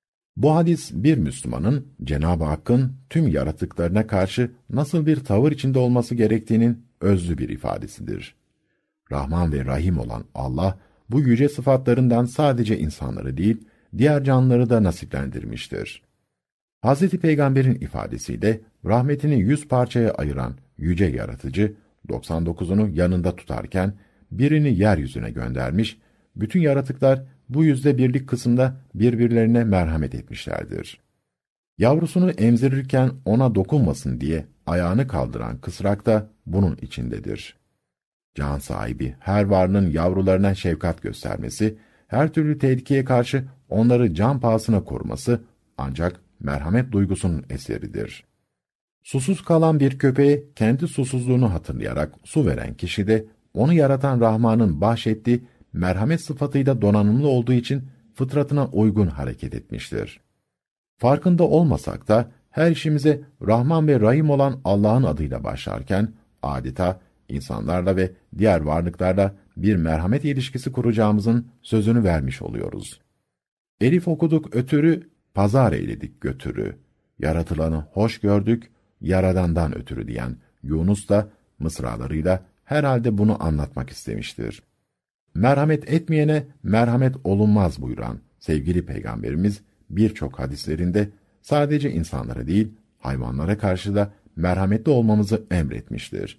Bu hadis bir Müslümanın Cenab-ı Hakk'ın tüm yaratıklarına karşı nasıl bir tavır içinde olması gerektiğinin özlü bir ifadesidir. Rahman ve Rahim olan Allah, bu yüce sıfatlarından sadece insanları değil, diğer canlıları da nasiplendirmiştir. Hazreti Peygamber'in ifadesiyle, rahmetini yüz parçaya ayıran yüce yaratıcı, doksan dokuzunu yanında tutarken, birini yeryüzüne göndermiş, bütün yaratıklar bu yüzde birlik kısımda birbirlerine merhamet etmişlerdir. Yavrusunu emzirirken ona dokunmasın diye ayağını kaldıran kısrak da bunun içindedir. Can sahibi her varlığın yavrularına şefkat göstermesi, her türlü tehlikeye karşı onları can pahasına koruması ancak merhamet duygusunun eseridir. Susuz kalan bir köpeğe kendi susuzluğunu hatırlayarak su veren kişi de onu yaratan Rahman'ın bahşettiği merhamet sıfatıyla donanımlı olduğu için fıtratına uygun hareket etmiştir. Farkında olmasak da her işimize Rahman ve Rahim olan Allah'ın adıyla başlarken adeta insanlarla ve diğer varlıklarla bir merhamet ilişkisi kuracağımızın sözünü vermiş oluyoruz. Elif okuduk ötürü, pazar eyledik götürü. Yaratılanı hoş gördük, Yaradan'dan ötürü diyen Yunus da mısralarıyla herhalde bunu anlatmak istemiştir. Merhamet etmeyene merhamet olunmaz buyuran sevgili Peygamberimiz birçok hadislerinde sadece insanlara değil, hayvanlara karşı da merhametli olmamızı emretmiştir.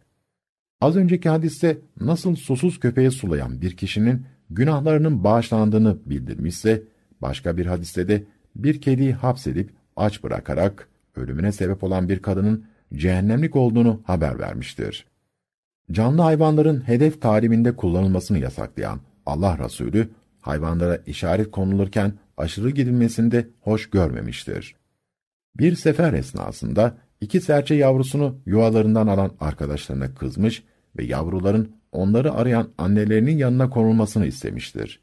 Az önceki hadiste nasıl susuz köpeği sulayan bir kişinin günahlarının bağışlandığını bildirmişse, başka bir hadiste de bir kediyi hapsedip aç bırakarak ölümüne sebep olan bir kadının cehennemlik olduğunu haber vermiştir. Canlı hayvanların hedef taliminde kullanılmasını yasaklayan Allah Resulü, hayvanlara işaret konulurken aşırı gidilmesini de hoş görmemiştir. Bir sefer esnasında iki serçe yavrusunu yuvalarından alan arkadaşlarına kızmış ve yavruların onları arayan annelerinin yanına konulmasını istemiştir.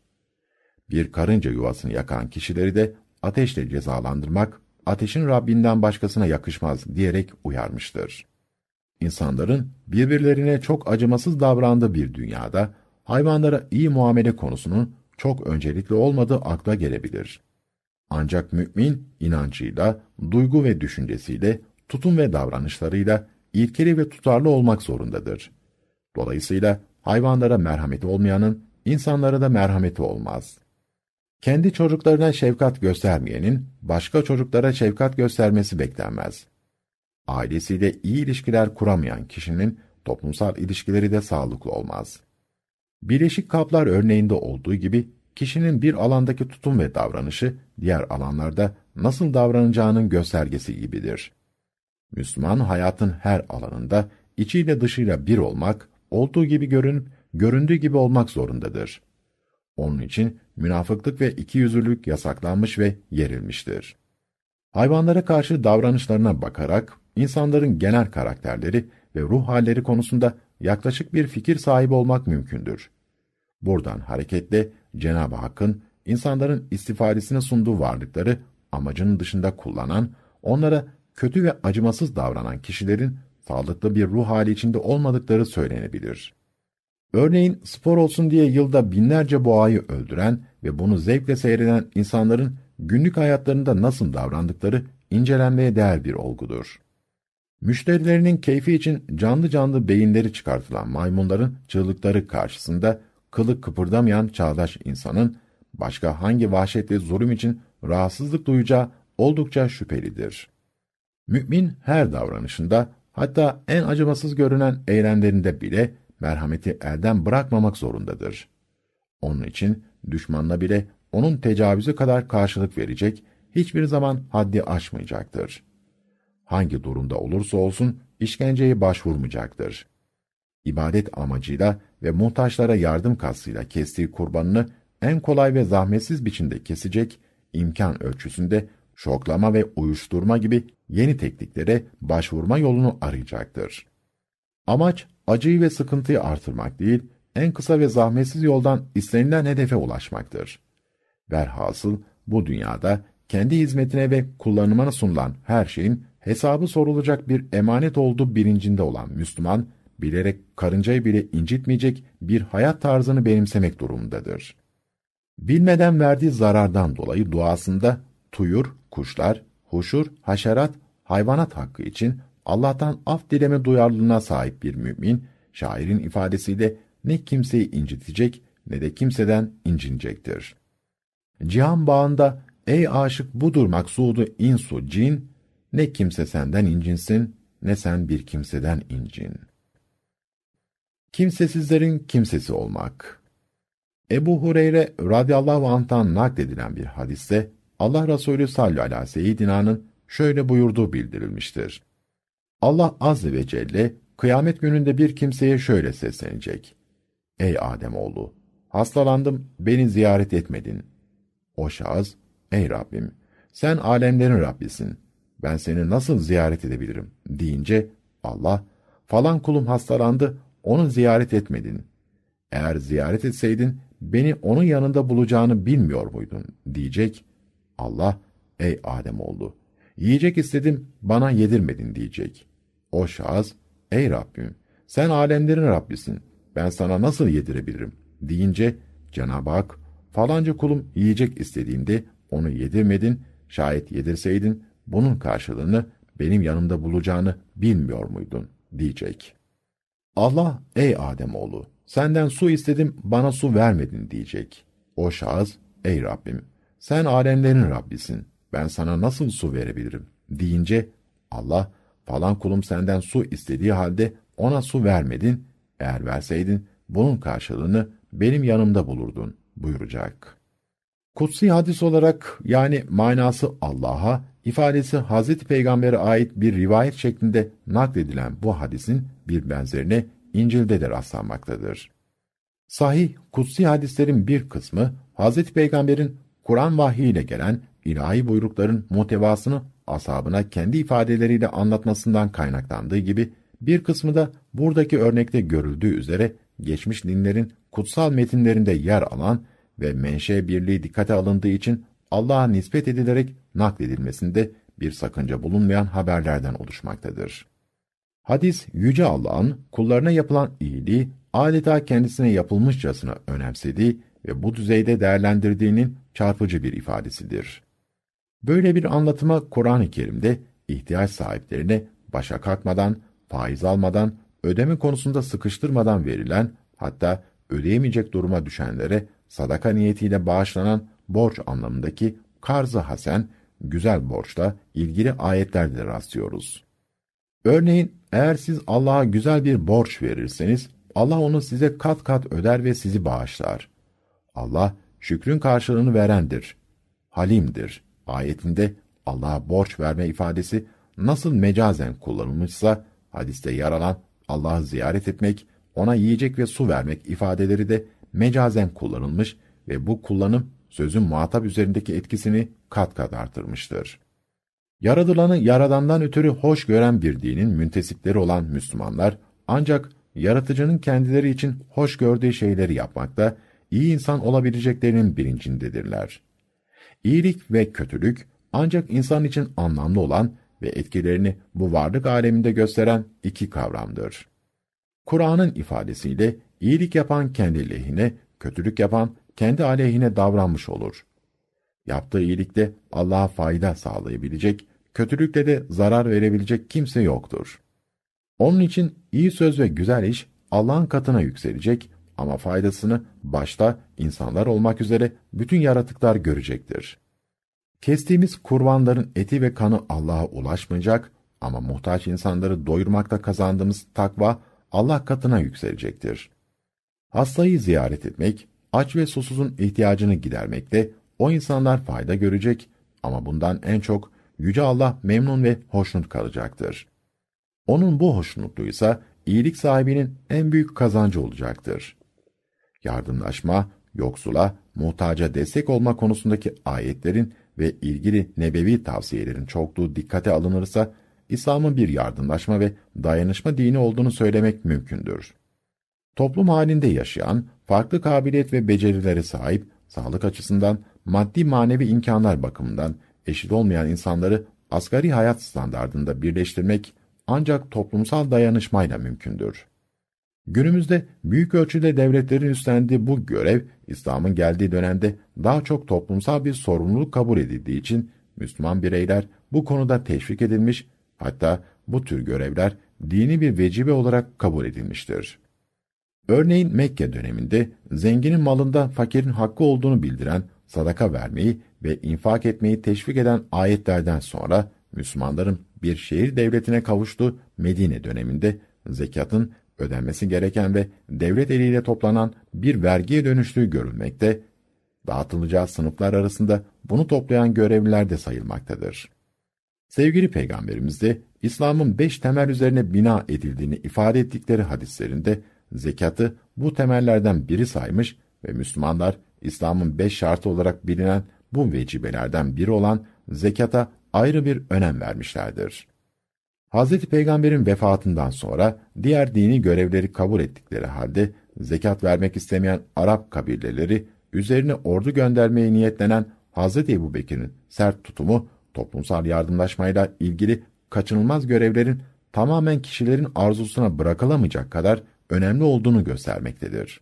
Bir karınca yuvasını yakan kişileri de ateşle cezalandırmak, ateşin Rabbinden başkasına yakışmaz diyerek uyarmıştır. İnsanların birbirlerine çok acımasız davrandığı bir dünyada, hayvanlara iyi muamele konusunun çok öncelikli olmadığı akla gelebilir. Ancak mümin, inancıyla, duygu ve düşüncesiyle, tutum ve davranışlarıyla ilkeli ve tutarlı olmak zorundadır. Dolayısıyla hayvanlara merhameti olmayanın, insanlara da merhameti olmaz. Kendi çocuklarına şefkat göstermeyenin, başka çocuklara şefkat göstermesi beklenmez. Ailesiyle iyi ilişkiler kuramayan kişinin, toplumsal ilişkileri de sağlıklı olmaz. Bileşik kaplar örneğinde olduğu gibi, kişinin bir alandaki tutum ve davranışı, diğer alanlarda nasıl davranacağının göstergesi gibidir. Müslüman hayatın her alanında, içiyle dışıyla bir olmak, olduğu gibi görünüp, göründüğü gibi olmak zorundadır. Onun için münafıklık ve ikiyüzlülük yasaklanmış ve yerilmiştir. Hayvanlara karşı davranışlarına bakarak, insanların genel karakterleri ve ruh halleri konusunda yaklaşık bir fikir sahibi olmak mümkündür. Buradan hareketle Cenab-ı Hakk'ın insanların istifadesine sunduğu varlıkları amacının dışında kullanan, onlara kötü ve acımasız davranan kişilerin sağlıklı bir ruh hali içinde olmadıkları söylenebilir. Örneğin spor olsun diye yılda binlerce boğayı öldüren ve bunu zevkle seyreden insanların günlük hayatlarında nasıl davrandıkları incelenmeye değer bir olgudur. Müşterilerinin keyfi için canlı canlı beyinleri çıkartılan maymunların çığlıkları karşısında kılı kıpırdamayan çağdaş insanın başka hangi vahşetli zulüm için rahatsızlık duyacağı oldukça şüphelidir. Mümin her davranışında, hatta en acımasız görünen eylemlerinde bile merhameti elden bırakmamak zorundadır. Onun için düşmanına bile onun tecavüzü kadar karşılık verecek, hiçbir zaman haddi aşmayacaktır. Hangi durumda olursa olsun işkenceye başvurmayacaktır. İbadet amacıyla ve muhtaçlara yardım kastıyla kestiği kurbanını en kolay ve zahmetsiz biçimde kesecek, imkan ölçüsünde şoklama ve uyuşturma gibi yeni tekniklere başvurma yolunu arayacaktır. Amaç acıyı ve sıkıntıyı artırmak değil, en kısa ve zahmetsiz yoldan istenilen hedefe ulaşmaktır. Velhasıl bu dünyada kendi hizmetine ve kullanımına sunulan her şeyin hesabı sorulacak bir emanet olduğu bilincinde olan Müslüman, bilerek karıncayı bile incitmeyecek bir hayat tarzını benimsemek durumundadır. Bilmeden verdiği zarardan dolayı duasında tuyur, kuşlar, huşur, haşerat, hayvanat hakkı için Allah'tan af dileme duyarlılığına sahip bir mümin, şairin ifadesiyle ne kimseyi incitecek ne de kimseden incinecektir. Cihan bağında ey aşık budur maksudu insu cin, ne kimse senden incinsin ne sen bir kimseden incin. Kimsesizlerin kimsesi olmak. Ebu Hureyre radıyallahu anh'tan nakledilen bir hadiste Allah Resulü sallallahu aleyhi ve seyyidina'nın şöyle buyurduğu bildirilmiştir. Allah azze ve celle kıyamet gününde bir kimseye şöyle seslenecek: Ey Ademoğlu, hastalandım, beni ziyaret etmedin. O şahıs, ey Rabbim, sen alemlerin Rabbisin, ben seni nasıl ziyaret edebilirim deyince Allah, falan kulum hastalandı, onu ziyaret etmedin. Eğer ziyaret etseydin, beni onun yanında bulacağını bilmiyor muydun diyecek. Allah, ey Ademoğlu, yiyecek istedim, bana yedirmedin diyecek. O şahıs, ey Rabbim, sen alemlerin Rabbisin, ben sana nasıl yedirebilirim deyince Cenab-ı Hak, falanca kulum yiyecek istediğinde onu yedirmedin, şayet yedirseydin bunun karşılığını benim yanımda bulacağını bilmiyor muydun diyecek. Allah, ey Ademoğlu, senden su istedim, bana su vermedin diyecek. O şahıs, ey Rabbim, sen alemlerin Rabbisin, ben sana nasıl su verebilirim deyince Allah, falan kulum senden su istediği halde ona su vermedin, eğer verseydin bunun karşılığını benim yanımda bulurdun buyuracak. Kutsi hadis olarak, yani manası Allah'a, ifadesi Hazreti Peygamber'e ait bir rivayet şeklinde nakledilen bu hadisin bir benzerine İncil'de de rastlanmaktadır. Sahih, kutsi hadislerin bir kısmı, Hazreti Peygamber'in Kur'an vahyiyle gelen ilahi buyrukların muhtevasını ashabına kendi ifadeleriyle anlatmasından kaynaklandığı gibi, bir kısmı da buradaki örnekte görüldüğü üzere geçmiş dinlerin kutsal metinlerinde yer alan ve menşe birliği dikkate alındığı için Allah'a nispet edilerek nakledilmesinde bir sakınca bulunmayan haberlerden oluşmaktadır. Hadis, Yüce Allah'ın kullarına yapılan iyiliği adeta kendisine yapılmışçasına önemsediği ve bu düzeyde değerlendirdiğinin çarpıcı bir ifadesidir. Böyle bir anlatıma Kur'an-ı Kerim'de ihtiyaç sahiplerine başa kalkmadan, faiz almadan, ödeme konusunda sıkıştırmadan verilen, hatta ödeyemeyecek duruma düşenlere sadaka niyetiyle bağışlanan borç anlamındaki karz-ı hasen, güzel borçla ilgili ayetlerde rastlıyoruz. Örneğin, eğer siz Allah'a güzel bir borç verirseniz, Allah onu size kat kat öder ve sizi bağışlar. Allah, şükrün karşılığını verendir, halimdir. Ayetinde Allah'a borç verme ifadesi nasıl mecazen kullanılmışsa, hadiste yer alan Allah'ı ziyaret etmek, ona yiyecek ve su vermek ifadeleri de mecazen kullanılmış ve bu kullanım sözün muhatap üzerindeki etkisini kat kat artırmıştır. Yaradılanı Yaradan'dan ötürü hoş gören bir dinin müntesipleri olan Müslümanlar, ancak yaratıcının kendileri için hoş gördüğü şeyleri yapmakta, iyi insan olabileceklerinin bilincindedirler. İyilik ve kötülük, ancak insan için anlamlı olan ve etkilerini bu varlık aleminde gösteren iki kavramdır. Kur'an'ın ifadesiyle, iyilik yapan kendi lehine, kötülük yapan kendi aleyhine davranmış olur. Yaptığı iyilikte Allah'a fayda sağlayabilecek, kötülükle de zarar verebilecek kimse yoktur. Onun için iyi söz ve güzel iş Allah'ın katına yükselecek, ama faydasını başta insanlar olmak üzere bütün yaratıklar görecektir. Kestiğimiz kurbanların eti ve kanı Allah'a ulaşmayacak ama muhtaç insanları doyurmakta kazandığımız takva Allah katına yükselecektir. Hastayı ziyaret etmek, aç ve susuzun ihtiyacını gidermekte o insanlar fayda görecek ama bundan en çok Yüce Allah memnun ve hoşnut kalacaktır. Onun bu hoşnutluğu ise iyilik sahibinin en büyük kazancı olacaktır. Yardımlaşma, yoksula, muhtaca destek olma konusundaki ayetlerin ve ilgili nebevi tavsiyelerin çokluğu dikkate alınırsa, İslam'ın bir yardımlaşma ve dayanışma dini olduğunu söylemek mümkündür. Toplum halinde yaşayan, farklı kabiliyet ve becerilere sahip, sağlık açısından, maddi manevi imkanlar bakımından eşit olmayan insanları asgari hayat standardında birleştirmek ancak toplumsal dayanışmayla mümkündür. Günümüzde büyük ölçüde devletlerin üstlendiği bu görev, İslam'ın geldiği dönemde daha çok toplumsal bir sorumluluk kabul edildiği için Müslüman bireyler bu konuda teşvik edilmiş, hatta bu tür görevler dini bir vecibe olarak kabul edilmiştir. Örneğin Mekke döneminde zenginin malında fakirin hakkı olduğunu bildiren sadaka vermeyi ve infak etmeyi teşvik eden ayetlerden sonra Müslümanların bir şehir devletine kavuştuğu Medine döneminde zekatın ödenmesi gereken ve devlet eliyle toplanan bir vergiye dönüştüğü görülmekte, dağıtılacağı sınıflar arasında bunu toplayan görevliler de sayılmaktadır. Sevgili Peygamberimiz de İslam'ın beş temel üzerine bina edildiğini ifade ettikleri hadislerinde zekatı bu temellerden biri saymış ve Müslümanlar İslam'ın beş şartı olarak bilinen bu vecibelerden biri olan zekata ayrı bir önem vermişlerdir. Hazreti Peygamber'in vefatından sonra diğer dini görevleri kabul ettikleri halde zekat vermek istemeyen Arap kabileleri üzerine ordu göndermeye niyetlenen Hazreti Ebubekir'in sert tutumu toplumsal yardımlaşmayla ilgili kaçınılmaz görevlerin tamamen kişilerin arzusuna bırakılamayacak kadar önemli olduğunu göstermektedir.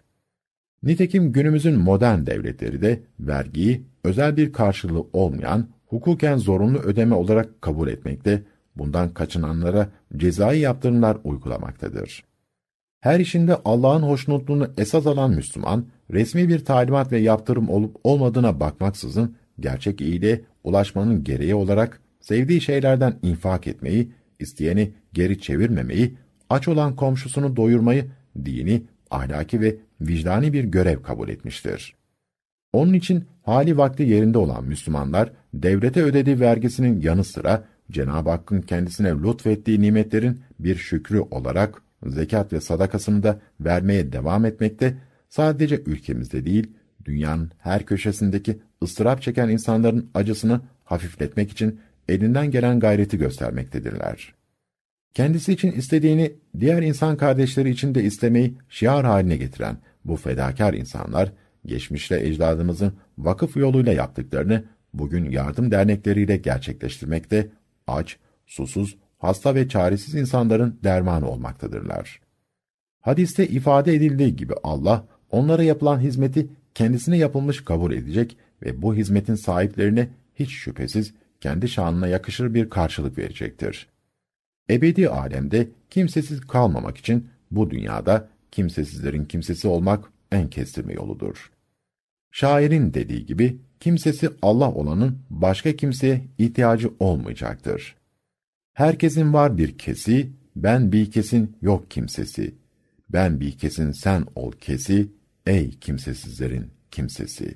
Nitekim günümüzün modern devletleri de vergiyi özel bir karşılığı olmayan hukuken zorunlu ödeme olarak kabul etmekte, bundan kaçınanlara cezai yaptırımlar uygulamaktadır. Her işinde Allah'ın hoşnutluğunu esas alan Müslüman, resmi bir talimat ve yaptırım olup olmadığına bakmaksızın, gerçek iyiliğe ulaşmanın gereği olarak sevdiği şeylerden infak etmeyi, isteyeni geri çevirmemeyi, aç olan komşusunu doyurmayı dini, ahlaki ve vicdani bir görev kabul etmiştir. Onun için hali vakti yerinde olan Müslümanlar, devlete ödediği vergisinin yanı sıra Cenab-ı Hakk'ın kendisine lütfettiği nimetlerin bir şükrü olarak zekat ve sadakasını da vermeye devam etmekte, sadece ülkemizde değil, dünyanın her köşesindeki ıstırap çeken insanların acısını hafifletmek için elinden gelen gayreti göstermektedirler. Kendisi için istediğini diğer insan kardeşleri için de istemeyi şiar haline getiren bu fedakar insanlar, geçmişte ecdadımızın vakıf yoluyla yaptıklarını bugün yardım dernekleriyle gerçekleştirmekte, aç, susuz, hasta ve çaresiz insanların dermanı olmaktadırlar. Hadiste ifade edildiği gibi Allah, onlara yapılan hizmeti kendisine yapılmış kabul edecek ve bu hizmetin sahiplerine hiç şüphesiz kendi şanına yakışır bir karşılık verecektir. Ebedi alemde kimsesiz kalmamak için bu dünyada kimsesizlerin kimsesi olmak en kestirme yoludur. Şairin dediği gibi, kimsesi Allah olanın başka kimseye ihtiyacı olmayacaktır. Herkesin var bir kesi, ben bir kesin yok kimsesi. Ben bir kesin sen ol kesi, ey kimsesizlerin kimsesi.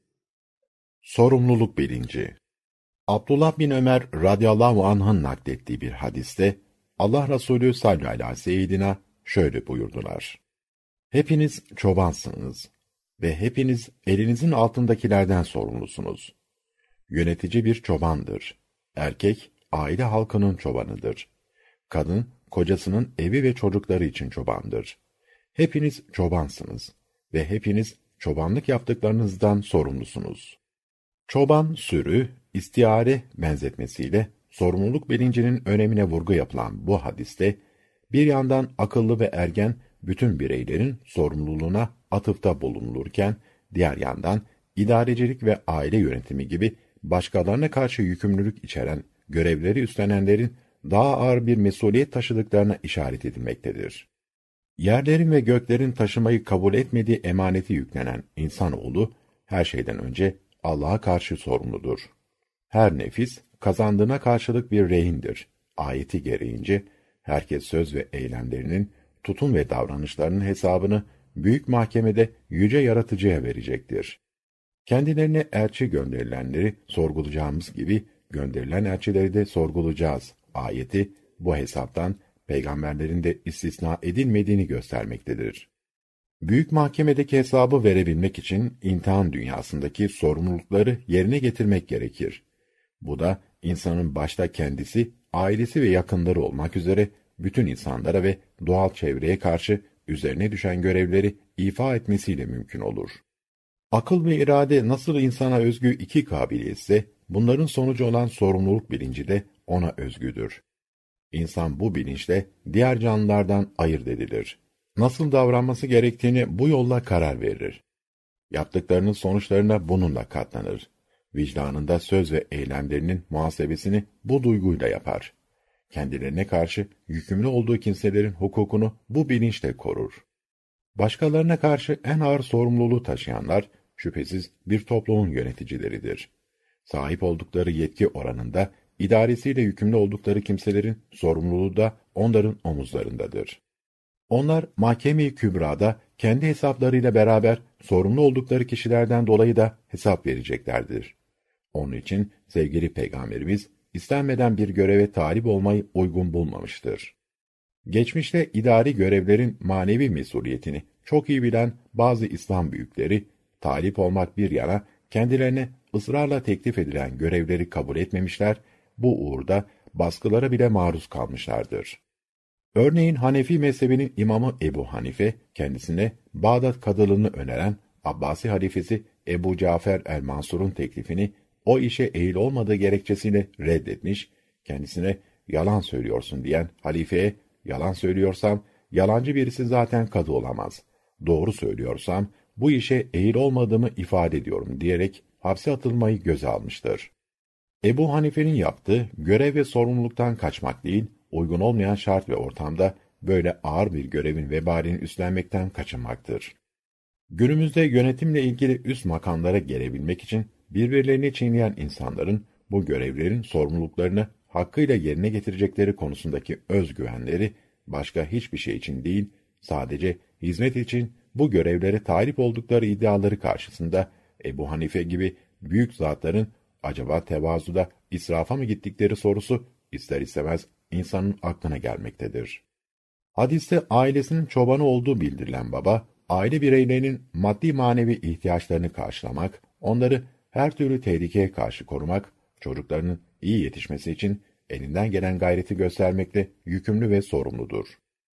Sorumluluk bilinci. Abdullah bin Ömer radıyallahu anh'ın naklettiği bir hadiste, Allah Resulü sallallahu aleyhi ve sellem şöyle buyurdular: Hepiniz çobansınız ve hepiniz elinizin altındakilerden sorumlusunuz. Yönetici bir çobandır. Erkek, aile halkının çobanıdır. Kadın, kocasının evi ve çocukları için çobandır. Hepiniz çobansınız ve hepiniz çobanlık yaptıklarınızdan sorumlusunuz. Çoban, sürü, istiare benzetmesiyle sorumluluk bilincinin önemine vurgu yapılan bu hadiste, bir yandan akıllı ve ergen bütün bireylerin sorumluluğuna atıfta bulunulurken, diğer yandan idarecilik ve aile yönetimi gibi başkalarına karşı yükümlülük içeren görevleri üstlenenlerin daha ağır bir mesuliyet taşıdıklarına işaret edilmektedir. Yerlerin ve göklerin taşımayı kabul etmediği emaneti yüklenen insanoğlu, her şeyden önce Allah'a karşı sorumludur. Her nefis, kazandığına karşılık bir rehindir. Ayeti gereğince, herkes söz ve eylemlerinin, tutum ve davranışlarının hesabını büyük mahkemede yüce yaratıcıya verecektir. Kendilerine elçi gönderilenleri sorgulayacağımız gibi, gönderilen elçileri de sorgulayacağız. Ayeti, bu hesaptan peygamberlerin de istisna edilmediğini göstermektedir. Büyük mahkemedeki hesabı verebilmek için imtihan dünyasındaki sorumlulukları yerine getirmek gerekir. Bu da insanın başta kendisi, ailesi ve yakınları olmak üzere bütün insanlara ve doğal çevreye karşı üzerine düşen görevleri ifa etmesiyle mümkün olur. Akıl ve irade nasıl insana özgü iki kabiliyetse, bunların sonucu olan sorumluluk bilinci de ona özgüdür. İnsan bu bilinçle diğer canlılardan ayırt edilir. Nasıl davranması gerektiğini bu yolla karar verir. Yaptıklarının sonuçlarına bununla katlanır. Vicdanında söz ve eylemlerinin muhasebesini bu duyguyla yapar. Kendilerine karşı yükümlü olduğu kimselerin hukukunu bu bilinçle korur. Başkalarına karşı en ağır sorumluluğu taşıyanlar, şüphesiz bir toplumun yöneticileridir. Sahip oldukları yetki oranında, idaresiyle yükümlü oldukları kimselerin sorumluluğu da onların omuzlarındadır. Onlar, mahkeme-i kübrada, kendi hesaplarıyla beraber, sorumlu oldukları kişilerden dolayı da hesap vereceklerdir. Onun için, sevgili Peygamberimiz, istenmeden bir göreve talip olmayı uygun bulmamıştır. Geçmişte idari görevlerin manevi mesuliyetini çok iyi bilen bazı İslam büyükleri, talip olmak bir yana, kendilerine ısrarla teklif edilen görevleri kabul etmemişler, bu uğurda baskılara bile maruz kalmışlardır. Örneğin Hanefi mezhebinin imamı Ebu Hanife, kendisine Bağdat kadılığını öneren Abbasi halifesi Ebu Cafer el-Mansur'un teklifini o işe ehil olmadığı gerekçesiyle reddetmiş, kendisine yalan söylüyorsun diyen halifeye, yalan söylüyorsam, yalancı birisi zaten kadı olamaz. Doğru söylüyorsam, bu işe ehil olmadığımı ifade ediyorum diyerek hapse atılmayı göze almıştır. Ebu Hanife'nin yaptığı, görev ve sorumluluktan kaçmak değil, uygun olmayan şart ve ortamda böyle ağır bir görevin vebalini üstlenmekten kaçınmaktır. Günümüzde yönetimle ilgili üst makamlara gelebilmek için birbirlerini çiğneyen insanların bu görevlerin sorumluluklarını hakkıyla yerine getirecekleri konusundaki özgüvenleri başka hiçbir şey için değil, sadece hizmet için bu görevlere talip oldukları iddiaları karşısında Ebu Hanife gibi büyük zatların acaba tevazuda israfa mı gittikleri sorusu ister istemez insanın aklına gelmektedir. Hadiste ailesinin çobanı olduğu bildirilen baba, aile bireylerinin maddi manevi ihtiyaçlarını karşılamak, onları her türlü tehlikeye karşı korumak, çocuklarının iyi yetişmesi için elinden gelen gayreti göstermekle yükümlü ve sorumludur.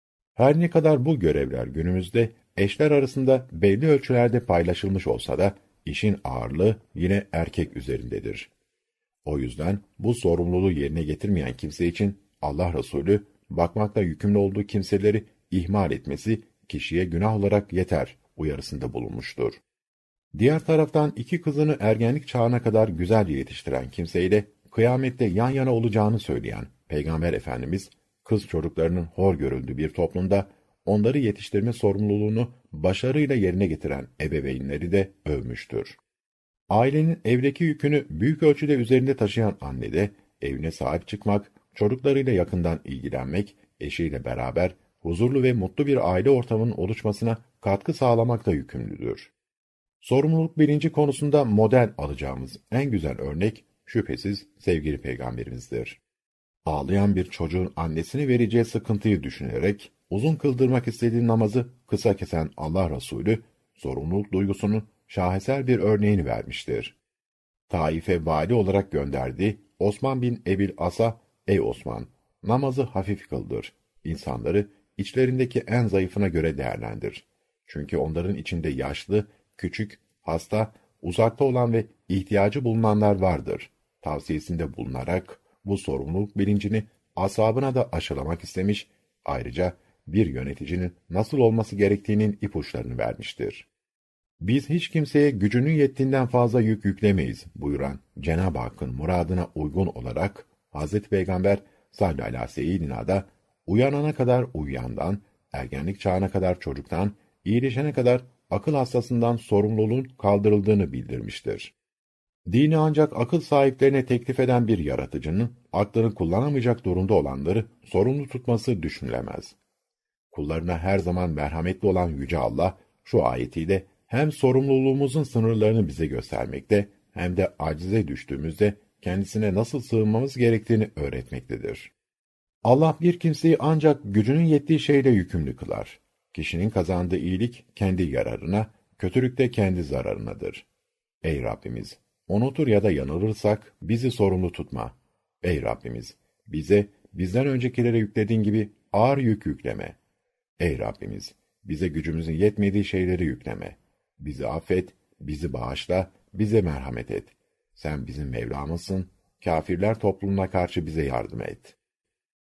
Her ne kadar bu görevler günümüzde eşler arasında belli ölçülerde paylaşılmış olsa da, işin ağırlığı yine erkek üzerindedir. O yüzden bu sorumluluğu yerine getirmeyen kimse için Allah Resulü, bakmakla yükümlü olduğu kimseleri ihmal etmesi kişiye günah olarak yeter uyarısında bulunmuştur. Diğer taraftan iki kızını ergenlik çağına kadar güzelce yetiştiren kimseyle kıyamette yan yana olacağını söyleyen Peygamber Efendimiz, kız çocuklarının hor görüldüğü bir toplumda onları yetiştirme sorumluluğunu başarıyla yerine getiren ebeveynleri de övmüştür. Ailenin evdeki yükünü büyük ölçüde üzerinde taşıyan anne de evine sahip çıkmak, çocuklarıyla yakından ilgilenmek, eşiyle beraber huzurlu ve mutlu bir aile ortamının oluşmasına katkı sağlamakla yükümlüdür. Sorumluluk bilinci konusunda model alacağımız en güzel örnek şüphesiz sevgili Peygamberimizdir. Ağlayan bir çocuğun annesine vereceği sıkıntıyı düşünerek uzun kıldırmak istediği namazı kısa kesen Allah Resulü, sorumluluk duygusunun şaheser bir örneğini vermiştir. Taif'e vali olarak gönderdiği Osman bin Ebil As'a, ey Osman, namazı hafif kıldır. İnsanları içlerindeki en zayıfına göre değerlendir. Çünkü onların içinde yaşlı, küçük, hasta, uzakta olan ve ihtiyacı bulunanlar vardır. Tavsiyesinde bulunarak bu sorumluluk bilincini ashabına da aşılamak istemiş, ayrıca bir yöneticinin nasıl olması gerektiğinin ipuçlarını vermiştir. Biz hiç kimseye gücünün yettiğinden fazla yük yüklemeyiz buyuran Cenab-ı Hakk'ın muradına uygun olarak Hazreti Peygamber sallallahu aleyhi ve sellem'de uyanana kadar uyuyandan, ergenlik çağına kadar çocuktan, iyileşene kadar akıl hastasından sorumluluğun kaldırıldığını bildirmiştir. Dini ancak akıl sahiplerine teklif eden bir yaratıcının, aklını kullanamayacak durumda olanları sorumlu tutması düşünülemez. Kullarına her zaman merhametli olan Yüce Allah, şu ayetiyle hem sorumluluğumuzun sınırlarını bize göstermekte, hem de acize düştüğümüzde kendisine nasıl sığınmamız gerektiğini öğretmektedir. Allah bir kimseyi ancak gücünün yettiği şeyle yükümlü kılar. Kişinin kazandığı iyilik kendi yararına, kötülük de kendi zararınadır. Ey Rabbimiz! Unutur ya da yanılırsak bizi sorumlu tutma. Ey Rabbimiz! Bize, bizden öncekilere yüklediğin gibi ağır yük yükleme. Ey Rabbimiz! Bize gücümüzün yetmediği şeyleri yükleme. Bizi affet, bizi bağışla, bize merhamet et. Sen bizim Mevlamızsın, kâfirler toplumuna karşı bize yardım et.